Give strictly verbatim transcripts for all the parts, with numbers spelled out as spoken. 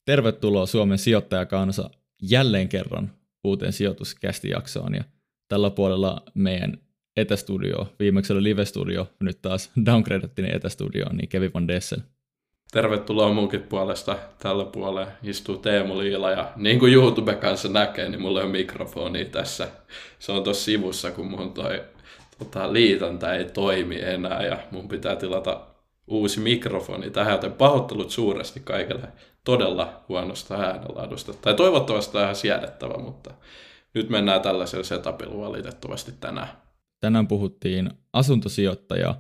Tervetuloa Suomen sijoittajakansa jälleen kerran uuteen sijoituskästijaksoon. Ja tällä puolella meidän etästudio, viimeksi oli live-studio, nyt taas downgradeattiin etästudioon, niin Kevin Van Dessel. Tervetuloa munkin puolesta. Tällä puolella istuu Teemu Liila ja niin kuin YouTube kanssa näkee, niin mulla on mikrofoni tässä. Se on tuossa sivussa, kun mun toi tota, liitäntä ei toimi enää ja mun pitää tilata uusi mikrofoni tähän, joten pahoittelut suuresti kaikille todella huonosta äänenlaadusta. Tai toivottavasti tämä on siedettävä, mutta nyt mennään tällaisella setupilla valitettavasti tänään. Tänään puhuttiin asuntosijoittaja,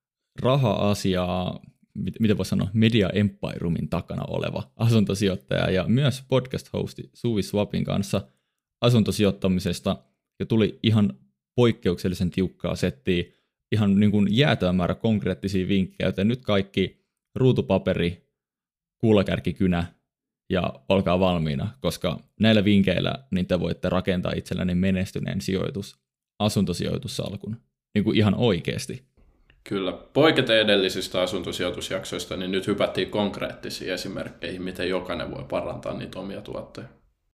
raha-asiaa, miten voi sanoa, Media Empirumin takana oleva asuntosijoittaja ja myös podcast-hosti Suvi Swapin kanssa asuntosijoittamisesta ja tuli ihan poikkeuksellisen tiukkaa settiä, ihan niin kuin jäätävä määrä konkreettisia vinkkejä, joten nyt kaikki ruutupaperi, kuulakärkikynä ja olkaa valmiina, koska näillä vinkkeillä niin te voitte rakentaa itsellenne menestyneen sijoitus, asuntosijoitussalkun, niin kuin ihan oikeasti. Kyllä. Poiketen edellisistä asuntosijoitusjaksoista, niin nyt hypättiin konkreettisiin esimerkkeihin, miten jokainen voi parantaa niitä omia tuotteja.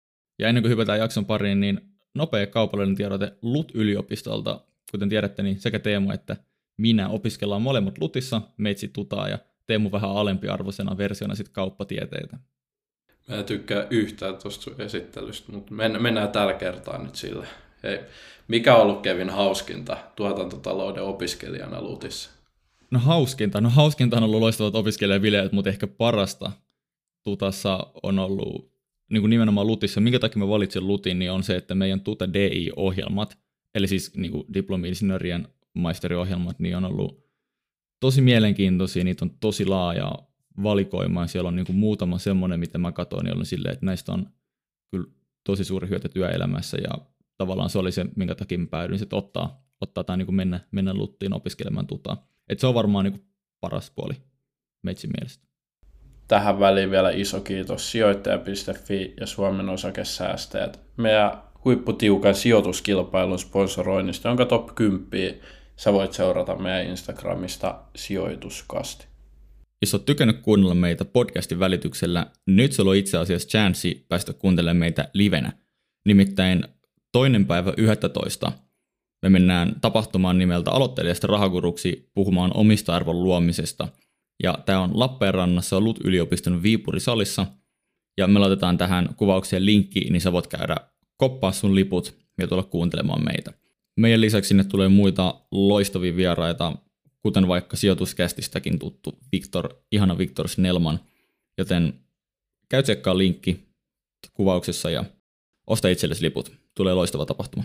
Ja ennen kuin hypätään jakson pariin, niin nopea kaupallinen tiedote L U T-yliopistolta. Kuten tiedätte, niin sekä Teemu että minä opiskellaan molemmat Lutissa, meitsi tutaa ja Teemu vähän alempiarvoisena versiona sitten kauppatieteitä. Mä en tykkää yhtään tuosta esittelystä, mutta mennään tällä kertaa nyt sille. Hei, mikä on ollut Kevin hauskinta tuotantotalouden opiskelijana Lutissa? No hauskinta, no hauskinta on ollut loistavat opiskelijabileet, mutta ehkä parasta tutassa on ollut niin kuin nimenomaan Lutissa. Minkä takia mä valitsin Lutin, niin on se, että meidän tuta D I-ohjelmat, eli siis niin kuin diplomi-insinöörien maisteriohjelmat, niin on ollut tosi mielenkiintoisia, niitä on tosi laaja valikoima, ja siellä on niin kuin muutama semmoinen, mitä mä katsoin, niin on silleen, että näistä on kyllä tosi suuri hyöty työelämässä, ja tavallaan se oli se, minkä takia mä päädyin sitten ottaa, ottaa tai niin kuin mennä, mennä Luttiin opiskelemaan tutaa. Että se on varmaan niin kuin paras puoli meitsin mielestä. Tähän väliin vielä iso kiitos sijoittaja piste fi ja Suomen osakesäästäjät. Meidän huipputiukan sijoituskilpailun sponsoroinnista, jonka top kymmenen sä voit seurata meidän Instagramista sijoituskasti. Jos oot tykännyt kuunnella meitä podcastin välityksellä, nyt sulla on itse asiassa chanssi päästä kuuntelemaan meitä livenä. Nimittäin toinen päivä yhdestoista me mennään tapahtumaan nimeltä Aloittelijasta rahaguruksi puhumaan omista arvon luomisesta. Ja tämä on Lappeenrannassa L U T-yliopiston Viipuri-salissa. Ja me laitetaan tähän kuvaukseen linkki, niin sä voit käydä koppaa sun liput ja tulla kuuntelemaan meitä. Meidän lisäksi sinne tulee muita loistavia vieraita, kuten vaikka sijoituskästistäkin tuttu Victor, ihana Victor Snellman. Joten käy tsekkaa linkki kuvauksessa ja osta itsellesi liput. Tulee loistava tapahtuma.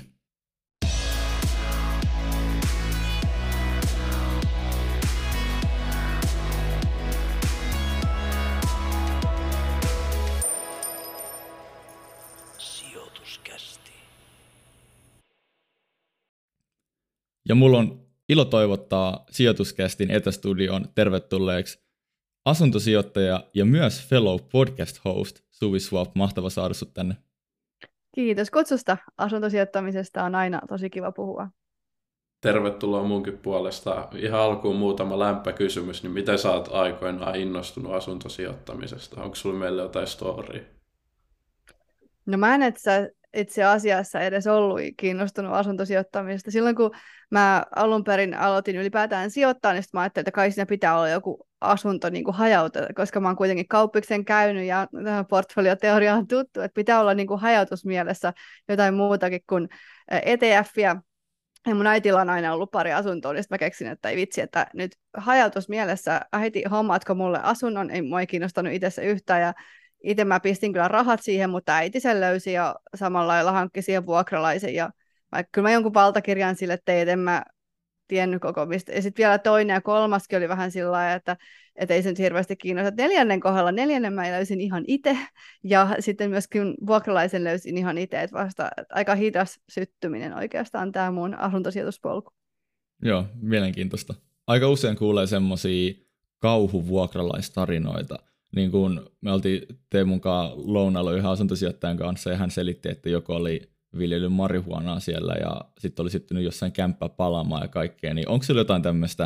Ja mulla on ilo toivottaa Sijoituskästin etästudioon tervetulleeksi asuntosijoittaja ja myös fellow podcast host Suvi Swap. Mahtava saada sut tänne. Kiitos kutsusta. Asuntosijoittamisesta on aina tosi kiva puhua. Tervetuloa munkin puolesta. Ihan alkuun muutama lämpö kysymys, niin miten sä oot aikoinaan innostunut asuntosijoittamisesta? Onko sulla meille jotain storya? No mä en itse, itse asiassa edes ollut kiinnostunut asuntosijoittamisesta. Silloin kun mä alun perin aloitin ylipäätään sijoittaa, niin mä ajattelin, että kai siinä pitää olla joku asunto niin kuin hajautettu, koska mä oon kuitenkin kauppiksen käynyt ja portfolioteoria on tuttu, että pitää olla niin kuin hajautusmielessä jotain muutakin kuin E T F:iä. Ja mun äitillä on aina ollut pari asuntoa, niin mä keksin, että ei vitsi, että nyt hajautusmielessä äiti, hommaatko mulle asunnon, ei mua ei kiinnostanut itse se yhtään, ja itse mä pistin kyllä rahat siihen, mutta äiti sen löysi ja samalla lailla hankki siihen vuokralaisen, ja vaikka kyllä mä jonkun valtakirjan sille tein, en mä tiennyt koko mistä. Ja sitten vielä toinen ja kolmaskin oli vähän sillä lailla, että, että ei se nyt hirveästi kiinnosta. Neljännen kohdalla, neljännen mä löysin ihan itse, ja sitten myöskin vuokralaisen löysin ihan itse, että vasta aika hidas syttyminen oikeastaan tämä mun asuntosijoituspolku. Joo, mielenkiintoista. Aika usein kuulee semmoisia kauhuvuokralaistarinoita. Niin kun me oltiin Teemun kanssa lounalla yhden asuntosijoittajan kanssa, ja hän selitti, että joku oli viljellyt marihuonaa siellä ja sitten oli syttynyt jossain kämppää palaamaan ja kaikkea, niin onko sinulla jotain tämmöistä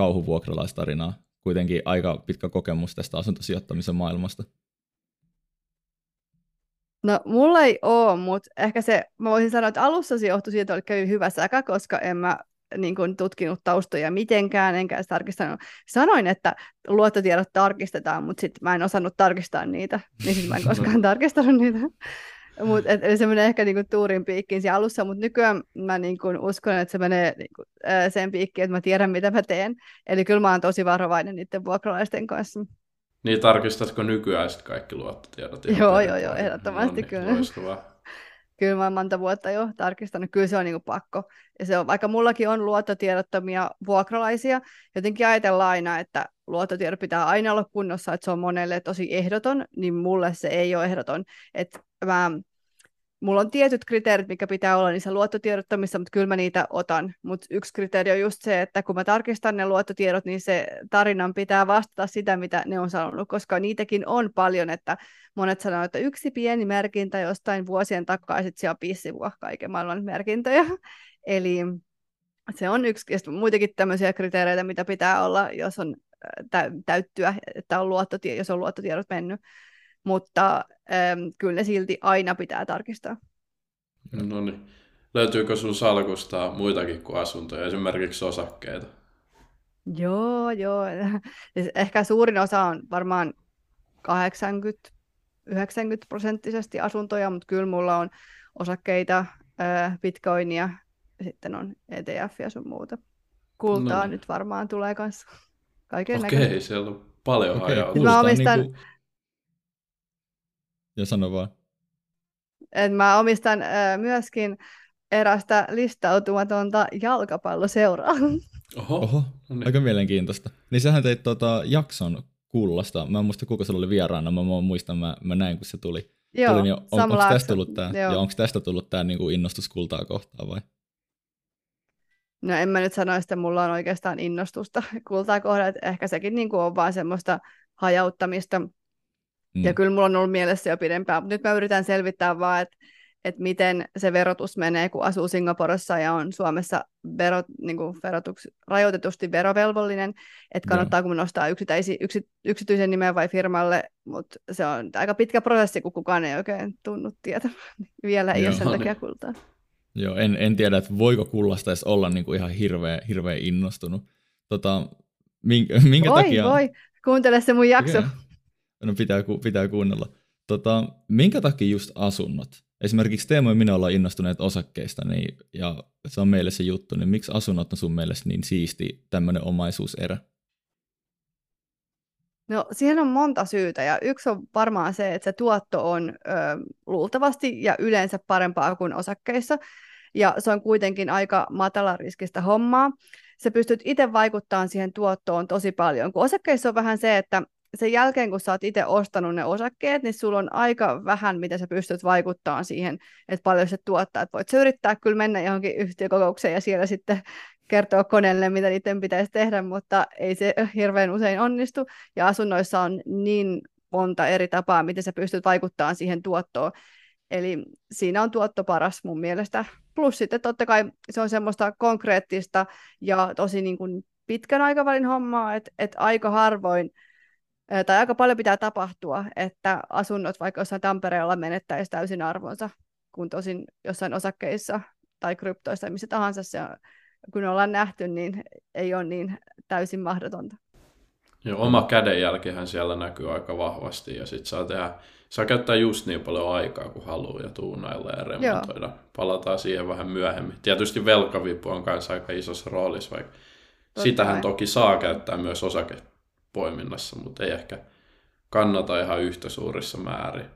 kauhuvuokralaistarinaa? Kuitenkin aika pitkä kokemus tästä asuntosijoittamisen maailmasta. No, mulla ei ole, mutta ehkä se, mä voisin sanoa, että alussa se johtui siitä, että kävi hyvä säkä, koska en mä niin kuin, tutkinut taustoja mitenkään, enkä edes tarkistanut. Sanoin, että luottotiedot tarkistetaan, mutta sitten mä en osannut tarkistaa niitä, niin sitten mä en koskaan tarkistanut niitä. Mut, et, eli se menee ehkä niinku tuurin piikkiin siinä alussa, mutta nykyään mä niinku uskon, että se menee niinku, ää, sen piikkiin, että mä tiedän, mitä mä teen. Eli kyllä mä oon tosi varovainen niiden vuokralaisten kanssa. Niin, tarkistatko nykyään sitten kaikki luottotiedot? Ihan Joo, joo, perintään? joo, ehdottomasti No niin, kyllä. loistavaa. Kyllä mä oon monta vuotta jo tarkistanut, kyllä se on niinku pakko. Ja se on, vaikka mullakin on luottotiedottomia vuokralaisia, jotenkin ajatellaan aina, että luottotiedot pitää aina olla kunnossa, että se on monelle tosi ehdoton, niin mulle se ei ole ehdoton. Että mä Mulla on tietyt kriteerit, mikä pitää olla niissä luottotiedottomissa, mutta kyllä mä niitä otan. Mutta yksi kriteeri on just se, että kun mä tarkistan ne luottotiedot, niin se tarinan pitää vastata sitä, mitä ne on sanonut, koska niitäkin on paljon, että monet sanoo, että yksi pieni merkintä jostain vuosien takaa, ja sitten siellä on viisi sivua kaiken maailman merkintöjä. Eli se on yksi, ja muitakin tämmöisiä kriteereitä, mitä pitää olla, jos on täyttyä, että on luottotie- jos on luottotiedot mennyt. Mutta ähm, kyllä ne silti aina pitää tarkistaa. No niin. Löytyykö sun salkusta muitakin kuin asuntoja, esimerkiksi osakkeita? Joo, joo. Ehkä suurin osa on varmaan kahdeksankymmentä yhdeksänkymmentä prosenttisesti asuntoja, mutta kyllä mulla on osakkeita, äh, bitcoinia, ja sitten on E T F ja sun muuta. Kultaa No. nyt varmaan tulee kanssa. Kaiken Okei, näköistä. siellä on paljon Okei, hajautusta. Mä kultaa omistan- niinku... Ja sano vaan. Et mä omistan äh, myöskin erästä listautumatonta jalkapalloseuraa. Oho, Oho, no niin. aika mielenkiintoista. Niin sähän teit tota jakson kullasta. Mä en muista, kuka sulla oli vieraana. Mä, mä muistan, mä, mä näin, kun se tuli. Joo, tuli niin on, onko samalla tästä jakso- tullut tää, joo. ja onko tästä tullut tää niinku innostus kultaa kohtaan vai? No en mä nyt sano, että mulla on oikeastaan innostusta kultaa kohdalla, että ehkä sekin niin kuin on vaan semmoista hajauttamista. Mm. Ja kyllä mulla on ollut mielessä jo pidempään, mutta nyt mä yritän selvittää vaan, että, että miten se verotus menee, kun asuu Singaporessa ja on Suomessa verot, niin kuin verotuks, rajoitetusti verovelvollinen, että kannattaako mun nostaa yksityisi, yksi, yksityisen nimen vai firmalle, mutta se on aika pitkä prosessi, kun kukaan ei oikein tunnu tietämään. Vielä ei Joo, ole sen niin. takia kultaa. Joo, en, en tiedä, että voiko kullasta edes olla niinku ihan hirveä, hirveä innostunut. Tota, minkä, minkä Voi, takia... voi, kuuntele se mun jakso. Okei. No pitää, ku- pitää kuunnella. Tota, minkä takia just asunnot? Esimerkiksi Teemu ja minä ollaan innostuneet osakkeista, niin, ja se on meille se juttu, niin miksi asunnot on sun mielestä niin siisti tämmöinen omaisuuserä? No siihen on monta syytä ja yksi on varmaan se, että se tuotto on ö, luultavasti ja yleensä parempaa kuin osakkeissa ja se on kuitenkin aika matalariskistä hommaa. Sä pystyt itse vaikuttamaan siihen tuottoon tosi paljon, kun osakkeissa on vähän se, että sen jälkeen kun sä oot itse ostanut ne osakkeet, niin sulla on aika vähän, mitä sä pystyt vaikuttamaan siihen, että paljon se tuottaa. Et voit sä yrittää kyllä mennä johonkin yhtiökokoukseen ja siellä sitten kertoa koneelle, mitä niiden pitäisi tehdä, mutta ei se hirveän usein onnistu. Ja asunnoissa on niin monta eri tapaa, miten sä pystyt vaikuttamaan siihen tuottoon. Eli siinä on tuotto paras mun mielestä. Plus sitten totta kai se on semmoista konkreettista ja tosi niin kuin pitkän aikavälin hommaa, että et aika harvoin tai aika paljon pitää tapahtua, että asunnot vaikka jossain Tampereella menettäisi täysin arvonsa, kun tosin jossain osakkeissa tai kryptoissa tai missä tahansa se on, kun ollaan nähty, niin ei ole niin täysin mahdotonta. Ja oma kädenjälkihän siellä näkyy aika vahvasti ja sit saa tehdä, saa käyttää just niin paljon aikaa kuin haluaa ja tuunailla ja remontoida. Joo. Palataan siihen vähän myöhemmin. Tietysti velkavipu on kanssa aika isossa roolissa, vaikka Totta sitähän vai. toki saa käyttää myös osakepoiminnassa, mutta ei ehkä kannata ihan yhtä suurissa määrin.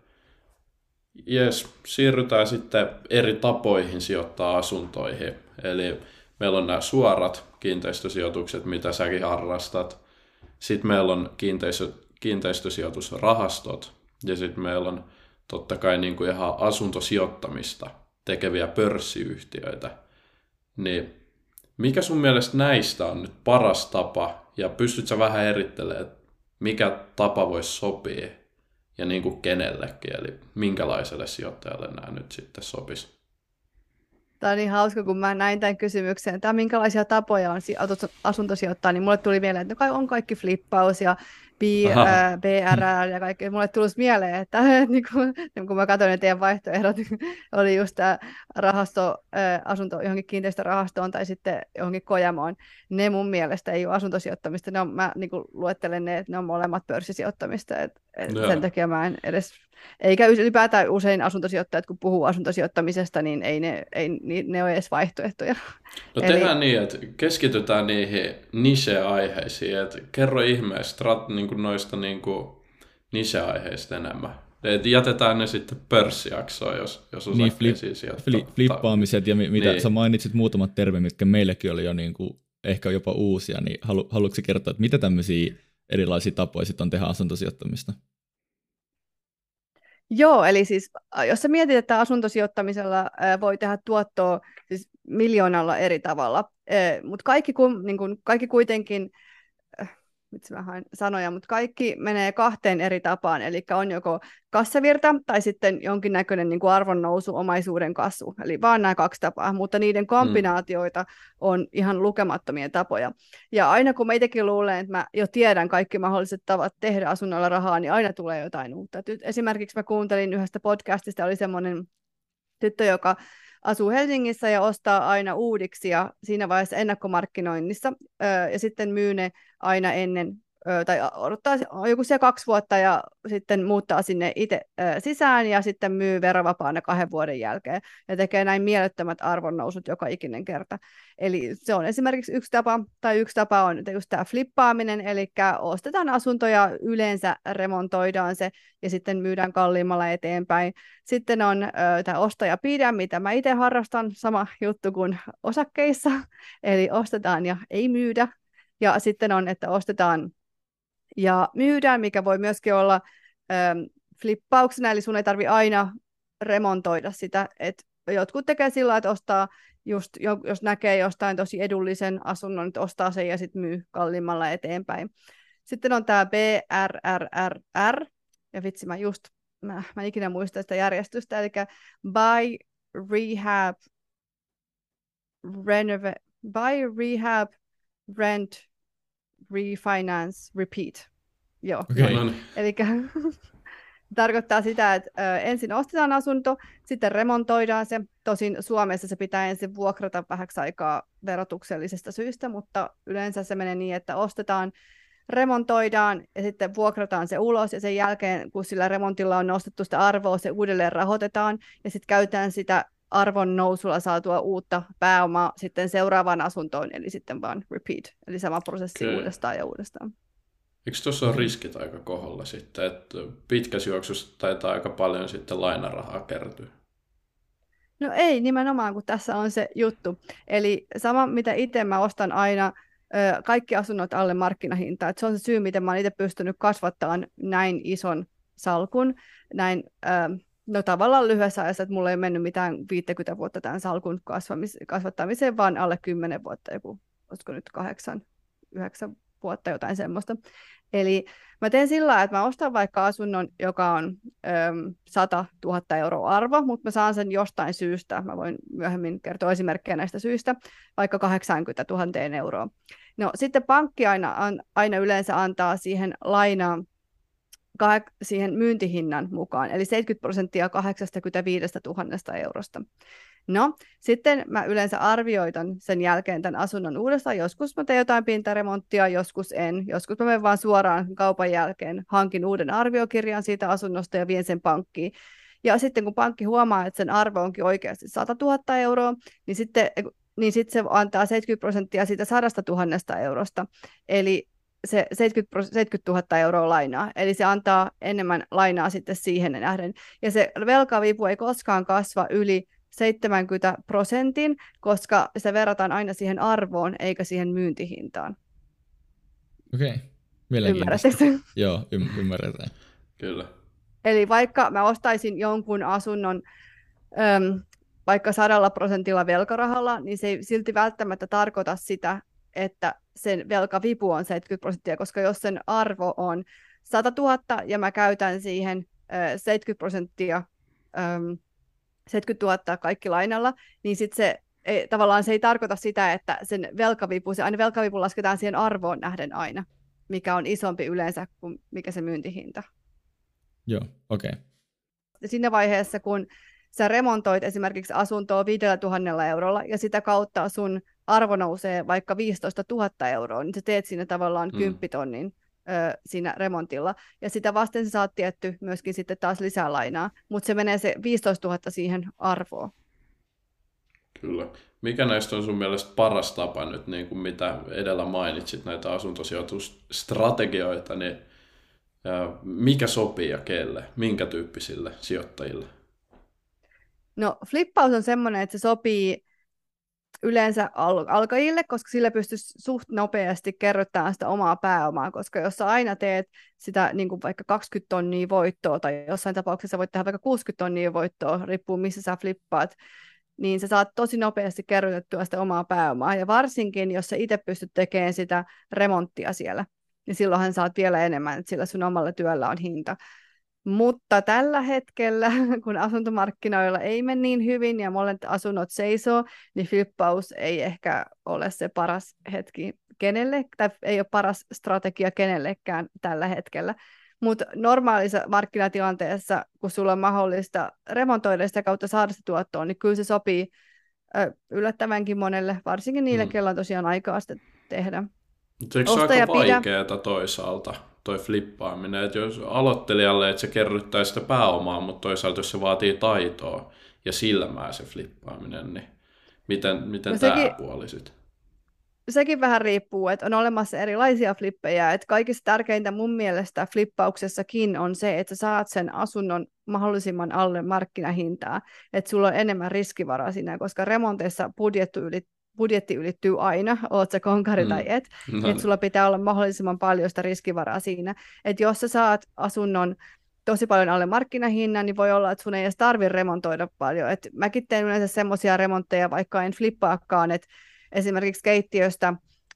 Jes, siirrytään sitten eri tapoihin sijoittaa asuntoihin. Eli meillä on nämä suorat kiinteistösijoitukset, mitä säkin harrastat. Sitten meillä on kiinteistö, kiinteistösijoitusrahastot ja sitten meillä on totta kai niin kuin ihan asuntosijoittamista tekeviä pörssiyhtiöitä. Niin mikä sun mielestä näistä on nyt paras tapa ja pystyt sä vähän erittelemään, mikä tapa voisi sopia ja niin kuin kenellekin, eli minkälaiselle sijoittajalle nämä nyt sitten sopisi? Tämä on niin hauska, kun mä näin tämän kysymyksen, että minkälaisia tapoja on asuntosijoittaa, niin mulle tuli mieleen, että no kai on kaikki flippaus ja B, ää, B R L ja kaikki. Mulle tulisi mieleen, että niin kun, kun mä katsoin ne teidän vaihtoehdot, oli just tämä rahasto, ää, asunto johonkin kiinteistörahastoon tai sitten johonkin Kojamoon. Ne mun mielestä ei ole asuntosijoittamista. Ne on, mä niin kuin luettelen ne, että ne on molemmat pörssisijoittamista. Et, et sen takia mä en edes, eikä ylipäätään usein asuntosijoittajat, kun puhuu asuntosijoittamisesta, niin ei ne, ei, ne ole edes vaihtoehtoja. No Eli... tehdään niin, että keskitytään niihin niche-aiheisiin. Että kerro ihmeessä strat- niin kuin noista niin kuin niche-aiheista enemmän. Et jätetään ne sitten pörssijaksoon, jos, jos niin, flip, flip, flippaamiset ja mi- mitä niin. Sä mainitsit muutamat termit, mitkä meilläkin oli jo niin kuin ehkä jopa uusia, niin halu, haluatko kertoa, että mitä tämmöisiä erilaisia tapoja sitten on tehdä asuntosijoittamista? Joo, eli siis jos sä mietit, että asuntosijoittamisella voi tehdä tuottoa siis miljoonalla eri tavalla, mutta kaikki, niin kun, kaikki kuitenkin, miksi mä haen sanoja, mutta kaikki menee kahteen eri tapaan, eli on joko kassavirta tai sitten jonkinnäköinen niin kuin arvonnousu, omaisuuden kasvu, eli vaan nämä kaksi tapaa, mutta niiden kombinaatioita on ihan lukemattomia tapoja. Ja aina kun mä itsekin luulen, että mä jo tiedän kaikki mahdolliset tavat tehdä asunnolla rahaa, niin aina tulee jotain uutta. Esimerkiksi mä kuuntelin yhdestä podcastista, oli semmoinen tyttö, joka asuu Helsingissä ja ostaa aina uudiksia siinä vaiheessa ennakkomarkkinoinnissa ja sitten myy ne aina ennen, tai odottaa joku siellä kaksi vuotta ja sitten muuttaa sinne itse sisään ja sitten myy verovapaana kahden vuoden jälkeen ja tekee näin mielettömät arvonnousut joka ikinen kerta. Eli se on esimerkiksi yksi tapa, tai yksi tapa on just tämä flippaaminen, eli ostetaan asuntoja, yleensä remontoidaan se ja sitten myydään kalliimmalla eteenpäin. Sitten on tämä osta ja pidä, mitä mä itse harrastan, sama juttu kuin osakkeissa, eli ostetaan ja ei myydä. Ja sitten on, että ostetaan ja myydään, mikä voi myöskin olla ähm, flippauksena, eli sun ei tarvitse aina remontoida sitä. Et jotkut tekee sillä, että ostaa, just, jos näkee jostain tosi edullisen asunnon, että ostaa sen ja sitten myy kalliimmalla eteenpäin. Sitten on tämä B R R R R, ja vitsi, mä just, mä, mä ikinä muistan sitä järjestystä, eli buy, rehab, renove, buy, rehab, rent, refinance, repeat. Joo. Okay. Eli tarkoittaa sitä, että ö, ensin ostetaan asunto, sitten remontoidaan se. Tosin Suomessa se pitää ensin vuokrata vähäksi aikaa verotuksellisesta syystä, mutta yleensä se menee niin, että ostetaan, remontoidaan ja sitten vuokrataan se ulos ja sen jälkeen, kun sillä remontilla on nostettu sitä arvoa, se uudelleen rahoitetaan ja sitten käytetään sitä arvon nousulla saatua uutta pääomaa sitten seuraavaan asuntoon, eli sitten vaan repeat, eli sama prosessi okay. uudestaan ja uudestaan. Eikö tuossa ole riskit aika koholla sitten, että pitkässä juoksussa taitaa aika paljon sitten lainarahaa kertyä? No ei nimenomaan, kun tässä on se juttu. Eli sama, mitä itse mä ostan aina, kaikki asunnot alle markkinahintaa. Se on se syy, miten mä oon itse pystynyt kasvattamaan näin ison salkun, näin no tavallaan lyhyessä ajassa, että mulla ei mennyt mitään viisikymmentä vuotta tämän salkun kasvamis- kasvattamiseen, vaan alle kymmenen vuotta, joku, olisiko nyt kahdeksan, yhdeksän vuotta, jotain semmoista. Eli mä teen sillä lailla, että mä ostan vaikka asunnon, joka on äm, sata tuhatta euroa arvo, mutta mä saan sen jostain syystä, mä voin myöhemmin kertoa esimerkkejä näistä syistä, vaikka kahdeksankymmentätuhatta euroa. No sitten pankki aina, aina yleensä antaa siihen lainaa, siihen myyntihinnan mukaan, eli seitsemänkymmentä prosenttia kahdeksankymmentäviisituhatta eurosta. No, sitten mä yleensä arvioitan sen jälkeen tämän asunnon uudestaan. Joskus mä teen jotain pintaremonttia, joskus en. Joskus mä menen vaan suoraan kaupan jälkeen, hankin uuden arviokirjan siitä asunnosta ja vien sen pankkiin. Ja sitten kun pankki huomaa, että sen arvo onkin oikeasti sata tuhatta euroa, niin sitten, niin sitten se antaa seitsemänkymmentä prosenttia siitä sadasta tuhannesta eurosta. Eli se seitsemänkymmentätuhatta euroa lainaa, eli se antaa enemmän lainaa sitten siihen nähden. Ja se velkavipu ei koskaan kasva yli seitsemänkymmentä prosentin, koska se verrataan aina siihen arvoon, eikä siihen myyntihintaan. Okei, okay. Mielenkiintoista. Ymmärrättekö? Joo, y- ymmärretään. Kyllä. Eli vaikka mä ostaisin jonkun asunnon äm, vaikka sadalla prosentilla velkarahalla, niin se ei silti välttämättä tarkoita sitä, että sen velkavipu on seitsemänkymmentä prosenttia, koska jos sen arvo on sata tuhatta ja mä käytän siihen äh, seitsemänkymmentä prosenttia, ähm, seitsemänkymmentätuhatta kaikki lainalla, niin sit se ei, tavallaan se ei tarkoita sitä, että sen velkavipu, se aina velkavipu lasketaan siihen arvoon nähden aina. mikä on isompi yleensä kuin mikä se myyntihinta. Joo, okei. Okay. Siinä vaiheessa, kun sä remontoit esimerkiksi asuntoa viidellä tuhannella eurolla ja sitä kautta sun arvo nousee vaikka viisitoista tuhatta euroa, niin sä teet siinä tavallaan Mm. kymppitonnin ö, siinä remontilla. Ja sitä vasten sä saat tietty myöskin sitten taas lisää lainaa, mutta se menee se viisitoista tuhatta siihen arvoon. Kyllä. Mikä näistä on sun mielestä paras tapa nyt, niin kuin mitä edellä mainitsit, näitä asuntosijoitusstrategioita, niin ja mikä sopii ja kelle, minkä tyyppisille sijoittajille? No flippaus on semmoinen, että se sopii yleensä al- alkajille, koska sillä pystyisi suht nopeasti kerryttämään sitä omaa pääomaa, koska jos sä aina teet sitä niin kuin vaikka kaksikymmentä tonnia voittoa, tai jossain tapauksessa voit tehdä vaikka kuusikymmentä tonnia voittoa, riippuu missä sä flippaat, niin sä saat tosi nopeasti kerrytettyä sitä omaa pääomaa, ja varsinkin, jos sä itse pystyt tekemään sitä remonttia siellä, niin silloinhan saat vielä enemmän, että sillä sun omalla työllä on hinta. Mutta tällä hetkellä, kun asuntomarkkinoilla ei mene niin hyvin ja molemmat asunnot seisoo, niin flippaus ei ehkä ole se paras hetki kenelle, tai ei ole paras strategia kenellekään tällä hetkellä. Mutta normaalissa markkinatilanteessa, kun sulla on mahdollista remontoida sitä kautta saada sitä tuottoa, niin kyllä se sopii ö, yllättävänkin monelle, varsinkin niille, mm. kello on tosiaan aikaa sitä tehdä. Mutta eikö se ole aika vaikeaa toisaalta, toi flippaaminen, että jos aloittelijalle, että se kerryttää sitä pääomaa, mutta toisaalta jos se vaatii taitoa ja silmää se flippaaminen, niin miten, miten no tämä sekin, puoli sitten? Sekin vähän riippuu, että on olemassa erilaisia flippejä, että kaikista tärkeintä mun mielestä flippauksessakin on se, että sä saat sen asunnon mahdollisimman alle markkinahintaa, että sulla on enemmän riskivaraa siinä, koska remonteissa budjetti ylittää budjetti ylittyy aina, oot sä konkari mm. tai et, no. Että sulla pitää olla mahdollisimman paljon sitä riskivaraa siinä. Että jos sä saat asunnon tosi paljon alle markkinahinnan, niin voi olla, että sun ei edes tarvitse remontoida paljon. Et mäkin teen yleensä semmoisia remontteja, vaikka en flippaakaan, että esimerkiksi keittiöstä,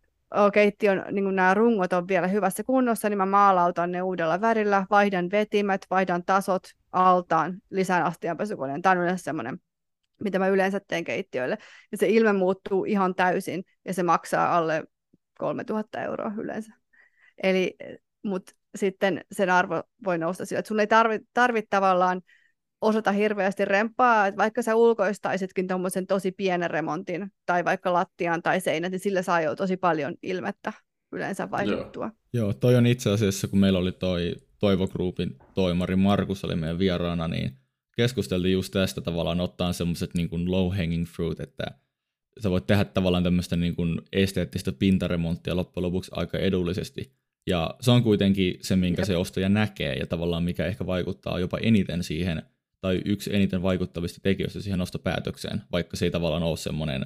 keittiön niin nämä rungot on vielä hyvässä kunnossa, niin mä maalautan ne uudella värillä, vaihdan vetimet, vaihdan tasot altaan, lisään astianpesukoneen. Tämä on yleensä semmoinen, mitä mä yleensä teen keittiöille. Ja se ilme muuttuu ihan täysin, ja se maksaa alle kolmetuhatta euroa yleensä. Eli, mutta sitten sen arvo voi nousta sillä, että sun ei tarvitse tarvit tavallaan osata hirveästi remppaa, että vaikka sä ulkoistaisitkin tuommoisen tosi pienen remontin, tai vaikka lattiaan tai seinät, niin sillä saa jo tosi paljon ilmettä yleensä vaihdettua. Joo. Joo, toi on itse asiassa, kun meillä oli toi Toivo Groupin toimari Markus oli meidän vieraana, niin keskusteltiin just tästä tavallaan ottaa semmoiset niin kuin low hanging fruit, että sä voit tehdä tavallaan tämmöistä niin kuin esteettistä pintaremonttia loppujen lopuksi aika edullisesti. Ja se on kuitenkin se, minkä Jep. se ostaja näkee ja tavallaan mikä ehkä vaikuttaa jopa eniten siihen, tai yksi eniten vaikuttavista tekijöistä siihen ostopäätökseen, vaikka se ei tavallaan ole semmoinen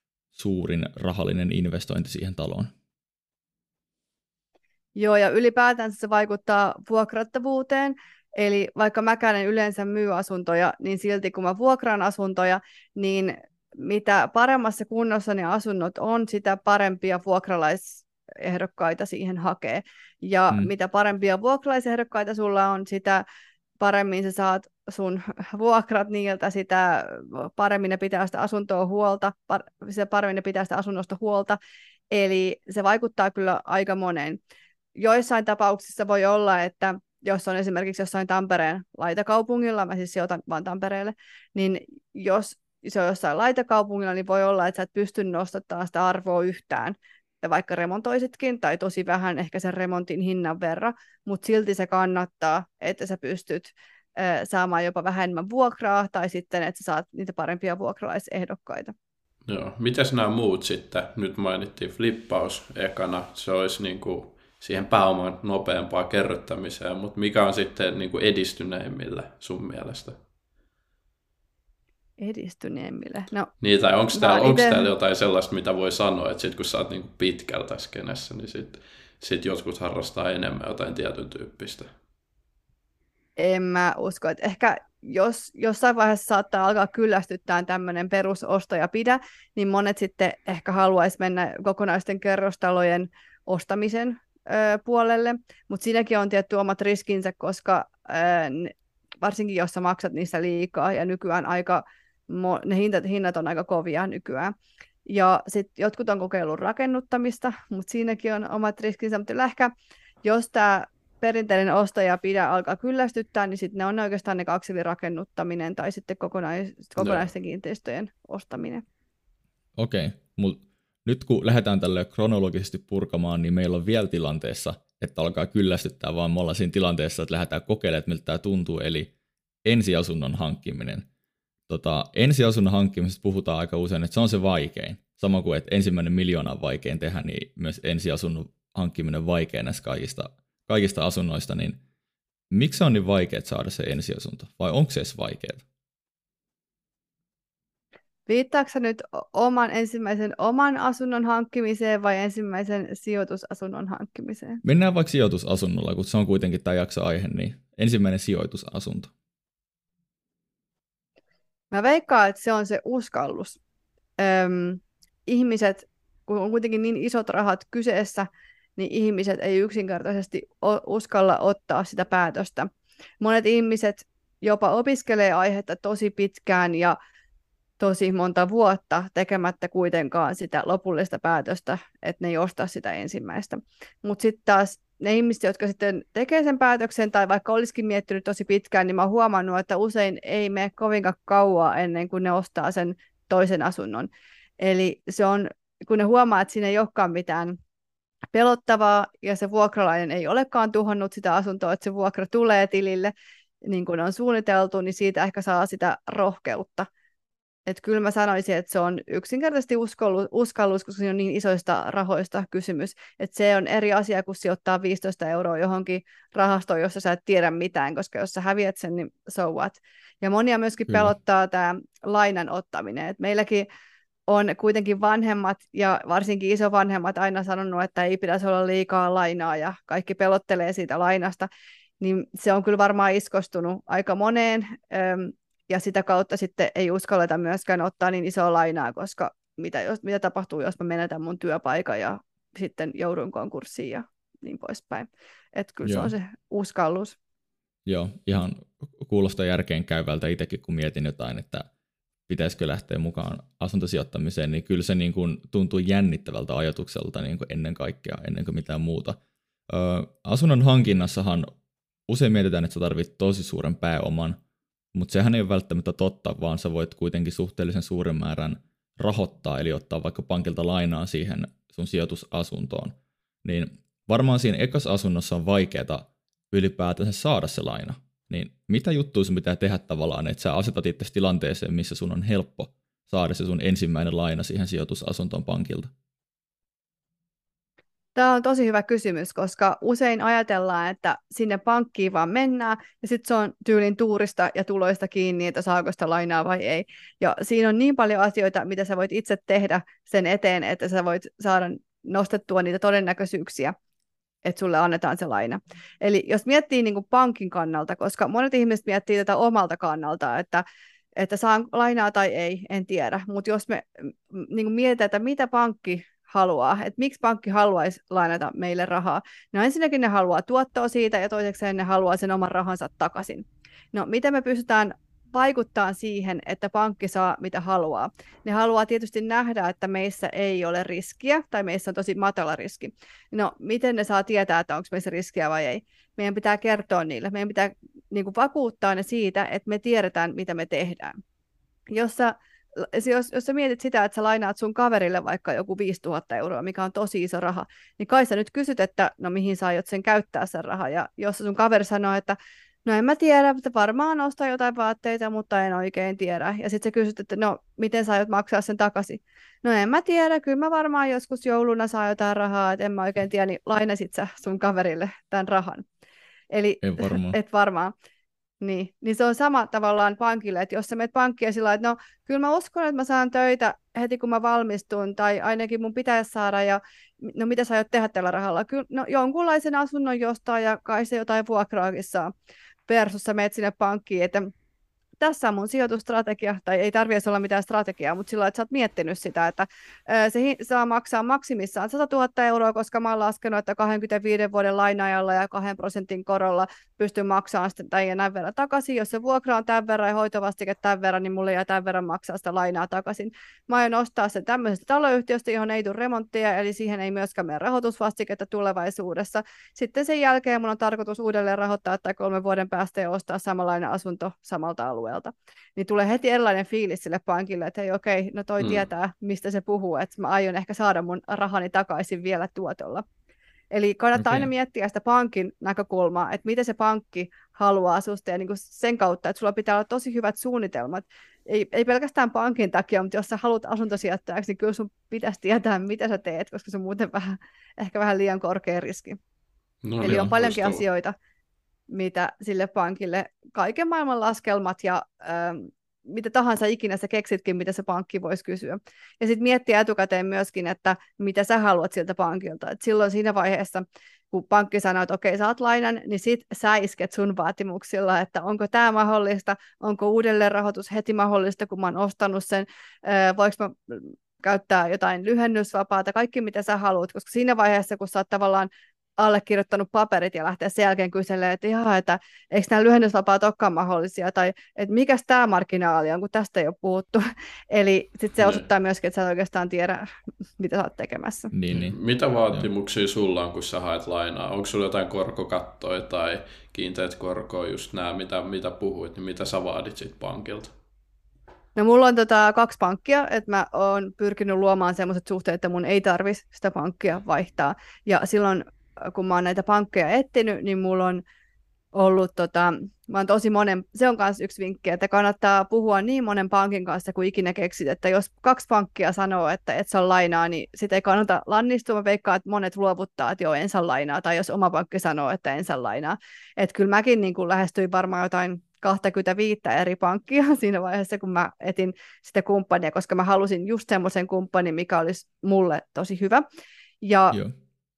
suurin rahallinen investointi siihen taloon. Joo, ja ylipäätään se vaikuttaa vuokrattavuuteen. Eli vaikka mäkään en yleensä myy asuntoja, niin silti kun mä vuokraan asuntoja, niin mitä paremmassa kunnossa ne asunnot on, sitä parempia vuokralaisehdokkaita siihen hakee. Ja mm. mitä parempia vuokralaisehdokkaita sulla on, sitä paremmin sä saat sun vuokrat niiltä, sitä paremmin ne pitää sitä asuntoa huolta, sitä paremmin ne pitää sitä asunnosta huolta. Eli se vaikuttaa kyllä aika moneen. Joissain tapauksissa voi olla, että jos on esimerkiksi jossain Tampereen laitakaupungilla, mä siis sijoitan vaan Tampereelle, niin jos se on jossain laitakaupungilla, niin voi olla, että sä et pysty nostattamaan sitä arvoa yhtään, ja vaikka remontoisitkin, tai tosi vähän ehkä sen remontin hinnan verran, mutta silti se kannattaa, että sä pystyt äh, saamaan jopa vähemmän vuokraa, tai sitten, että sä saat niitä parempia vuokralaisehdokkaita. Joo, mitäs nämä muut sitten? Nyt mainittiin flippaus ekana, se olisi niin kuin siihen pääoman nopeampaa kerryttämiseen, mutta mikä on sitten niin kuin edistyneimmillä sun mielestä? Edistyneimmille? No, niin, tai onko täällä, ite... täällä jotain sellaista, mitä voi sanoa, että sit kun sä oot niin kuin pitkällä tässä kenessä, niin sitten sit jotkut harrastaa enemmän jotain tietyn tyyppistä? En mä usko, että ehkä jos jossain vaiheessa saattaa alkaa kyllästyttää tämmöinen perusosto ja pidä, niin monet sitten ehkä haluaisi mennä kokonaisten kerrostalojen ostamisen puolelle, mutta siinäkin on tietty omat riskinsä, koska ää, varsinkin jos sä maksat niistä liikaa ja nykyään aika, ne hinnat, hinnat on aika kovia nykyään, Ja sitten jotkut on kokeillut rakennuttamista, mutta siinäkin on omat riskinsä, mutta ehkä jos tämä perinteinen ostaja pidä alkaa kyllästyttää, niin sitten ne on oikeastaan ne kaksi, eli rakennuttaminen tai sitten kokonais- kokonaisten kiinteistöjen ostaminen. Okei, okay. Mutta nyt kun lähdetään tälle kronologisesti purkamaan, niin meillä on vielä tilanteessa, että alkaa kyllästyttää, vaan me ollaan siinä tilanteessa, että lähdetään kokeilemaan, että miltä tämä tuntuu, eli ensiasunnon hankkiminen. Tota, ensiasunnon hankkimisesta puhutaan aika usein, että se on se vaikein. Sama kuin, että ensimmäinen miljoona on vaikein tehdä, niin myös ensiasunnon hankkiminen on vaikein näistä kaikista, kaikista asunnoista. Niin miksi on niin vaikeaa saada se ensiasunto? Vai onko se edes vaikeaa? Viittaatko nyt oman ensimmäisen oman asunnon hankkimiseen vai ensimmäisen sijoitusasunnon hankkimiseen? Mennään vaikka sijoitusasunnolla, kun se on kuitenkin tämä jakso aihe, niin ensimmäinen sijoitusasunto. Mä veikkaan, että se on se uskallus. Öm, ihmiset, kun on kuitenkin niin isot rahat kyseessä, niin ihmiset ei yksinkertaisesti uskalla ottaa sitä päätöstä. Monet ihmiset jopa opiskelee aihetta tosi pitkään ja tosi monta vuotta tekemättä kuitenkaan sitä lopullista päätöstä, että ne ei osta sitä ensimmäistä. Mutta sitten taas ne ihmiset, jotka sitten tekee sen päätöksen tai vaikka olisikin miettinyt tosi pitkään, niin mä oon huomannut, että usein ei mene kovinkaan kauaa ennen kuin ne ostaa sen toisen asunnon. Eli se on, kun ne huomaa, että siinä ei olekaan mitään pelottavaa ja se vuokralainen ei olekaan tuhonnut sitä asuntoa, että se vuokra tulee tilille niin kuin on suunniteltu, niin siitä ehkä saa sitä rohkeutta. Että kyllä mä sanoisin, että se on yksinkertaisesti uskallus, uskallus, koska se on niin isoista rahoista kysymys. Että se on eri asia kuin sijoittaa viisitoista euroa johonkin rahastoon, jossa sä et tiedä mitään, koska jos sä häviät sen, niin so what. Ja monia myöskin kyllä pelottaa tämä lainan ottaminen. Et meilläkin on kuitenkin vanhemmat ja varsinkin isovanhemmat aina sanonut, että ei pitäisi olla liikaa lainaa ja kaikki pelottelee siitä lainasta. Niin se on kyllä varmaan iskostunut aika moneen. Ja sitä kautta sitten ei uskalleta myöskään ottaa niin isoa lainaa, koska mitä, jos, mitä tapahtuu, jos mä menetän mun työpaikan ja sitten joudun konkurssiin ja niin poispäin. Että kyllä Joo. se on se uskallus. Joo, ihan kuulostaa järkeen käyvältä itsekin, kun mietin jotain, että pitäisikö lähteä mukaan asuntosijoittamiseen, niin kyllä se niin kuin tuntuu jännittävältä ajatukselta niin kuin ennen kaikkea, ennen kuin mitään muuta. Ö, asunnon hankinnassahan usein mietitään, että sä tarvitset tosi suuren pääoman, mutta sehän ei ole välttämättä totta, vaan sä voit kuitenkin suhteellisen suuren määrän rahoittaa, eli ottaa vaikka pankilta lainaa siihen sun sijoitusasuntoon. Niin varmaan siinä ekassa asunnossa on vaikeaa ylipäätänsä saada se laina. Niin mitä juttuja sun pitää tehdä tavallaan, että sä asetat itse tilanteeseen, missä sun on helppo saada se sun ensimmäinen laina siihen sijoitusasuntoon pankilta? Tämä on tosi hyvä kysymys, koska usein ajatellaan, että sinne pankkiin vaan mennään ja sitten se on tyylin tuurista ja tuloista kiinni, että saako sitä lainaa vai ei. Ja siinä on niin paljon asioita, mitä sä voit itse tehdä sen eteen, että sä voit saada nostettua niitä todennäköisyyksiä, että sulle annetaan se laina. Eli jos miettii niin kuin pankin kannalta, koska monet ihmiset miettii tätä omalta kannalta, että että saan lainaa tai ei, en tiedä. Mutta jos me niin kuin mietitään, että mitä pankki haluaa, että miksi pankki haluaisi lainata meille rahaa. No ensinnäkin ne haluaa tuottoa siitä ja toiseksi ne haluaa sen oman rahansa takaisin. No miten me pystytään vaikuttaa siihen, että pankki saa mitä haluaa? Ne haluaa tietysti nähdä, että meissä ei ole riskiä tai meissä on tosi matala riski. No miten ne saa tietää, että onko meissä riskiä vai ei? Meidän pitää kertoa niille. Meidän pitää niin kuin vakuuttaa ne siitä, että me tiedetään, mitä me tehdään. Jos sä Jos, jos sä mietit sitä, että sä lainaat sun kaverille vaikka joku viisituhatta euroa, mikä on tosi iso raha, niin kai sä nyt kysyt, että no mihin sä aiot sen käyttää sen rahaa. Ja jos sun kaveri sanoo, että no en mä tiedä, että varmaan ostaa jotain vaatteita, mutta en oikein tiedä. Ja sitten sä kysyt, että no miten sä aiot maksaa sen takaisin. No en mä tiedä, kyllä mä varmaan joskus jouluna saa jotain rahaa, että en mä oikein tiedä, niin lainasit sä sun kaverille tämän rahan. Eli varmaan. et varmaan. Niin, niin se on sama tavallaan pankille, että jos sä menet pankkiin sillä että no kyllä mä uskon, että mä saan töitä heti kun mä valmistun, tai ainakin mun pitäisi saada, ja no mitä sä aiot tehdä tällä rahalla? Kyllä, no jonkunlaisen asunnon jostain, ja kai se jotain vuokraakin saa. Versus sä menet sinne pankkiin, että tässä on mun sijoitusstrategia, tai ei tarvitse olla mitään strategiaa, mutta sillä että sä oot miettinyt sitä, että se saa maksaa maksimissaan sata tuhatta euroa, koska mä oon laskenut, että kaksikymmentäviiden vuoden laina-ajalla ja kahden prosentin korolla pystyn maksamaan sitä tai ja näin verran takaisin. Jos se vuokra on tämän verran ja hoitovastike tämän verran, niin mulle jää tämän verran maksaa sitä lainaa takaisin. Mä aion ostaa sen tämmöisestä taloyhtiöstä, johon ei tule remonttia, eli siihen ei myöskään mene rahoitusvastiketta tulevaisuudessa. Sitten sen jälkeen mun on tarkoitus uudelleen rahoittaa tai kolmen vuoden päästä ja ostaa samanlainen asunto samalta alueelta. Niin tulee heti erilainen fiilis sille pankille, että hei okei, no toi mm. tietää, mistä se puhuu, että mä aion ehkä saada mun rahani takaisin vielä tuotolla. Eli kannattaa okay. aina miettiä sitä pankin näkökulmaa, että miten se pankki haluaa susta ja niin kuin sen kautta, että sulla pitää olla tosi hyvät suunnitelmat. Ei, ei pelkästään pankin takia, mutta jos sä haluat asuntosijoittajaksi, niin kyllä sun pitäisi tietää, mitä sä teet, koska se on muuten vähän, ehkä vähän liian korkea riski. No, Eli on paljonkin muistuu. asioita, mitä sille pankille, kaiken maailman laskelmat ja ähm, mitä tahansa ikinä sä keksitkin, mitä se pankki voisi kysyä. Ja sitten miettiä etukäteen myöskin, että mitä sä haluat siltä pankilta. Et silloin siinä vaiheessa, kun pankki sanoo, että okei, saat lainan, niin sit sä isket sun vaatimuksilla, että onko tämä mahdollista, onko uudelleenrahoitus heti mahdollista, kun mä oon ostanut sen, voiko mä käyttää jotain lyhennysvapaata, kaikki mitä sä haluat, koska siinä vaiheessa, kun sä oot tavallaan allekirjoittanut paperit ja lähteä sen jälkeen kyselemään, että ihan, että eikö nämä lyhennysvapaat olekaan mahdollisia, tai että mikäs tämä marginaali on, kun tästä ei ole puhuttu. Eli sitten se osoittaa myöskin, että sä et oikeastaan tiedä, mitä sä oot tekemässä. Niin, niin. Mitä vaatimuksia sulla on, kun sä haet lainaa? Onko sulla jotain korkokattoja tai kiinteät korkoa, just nämä, mitä, mitä puhuit, niin mitä sä vaadit sit pankilta? No mulla on tota kaksi pankkia, että mä oon pyrkinyt luomaan sellaiset suhteet, että mun ei tarvitsisi sitä pankkia vaihtaa. Ja silloin, kun mä oon näitä pankkeja etsinyt, niin mulla on ollut, tota, mä oon tosi monen, se on myös yksi vinkki, että kannattaa puhua niin monen pankin kanssa kuin ikinä keksit, että jos kaksi pankkia sanoo, että et saa lainaa, niin sitä ei kannata lannistua. Mä veikkaan, että monet luovuttaa, että joo, en saa lainaa, tai jos oma pankki sanoo, että en saa lainaa. Että kyllä mäkin niin kun lähestyin varmaan jotain kaksikymmentäviisi eri pankkia siinä vaiheessa, kun mä etin sitä kumppania, koska mä halusin just semmoisen kumppanin, mikä olisi mulle tosi hyvä. Ja Joo.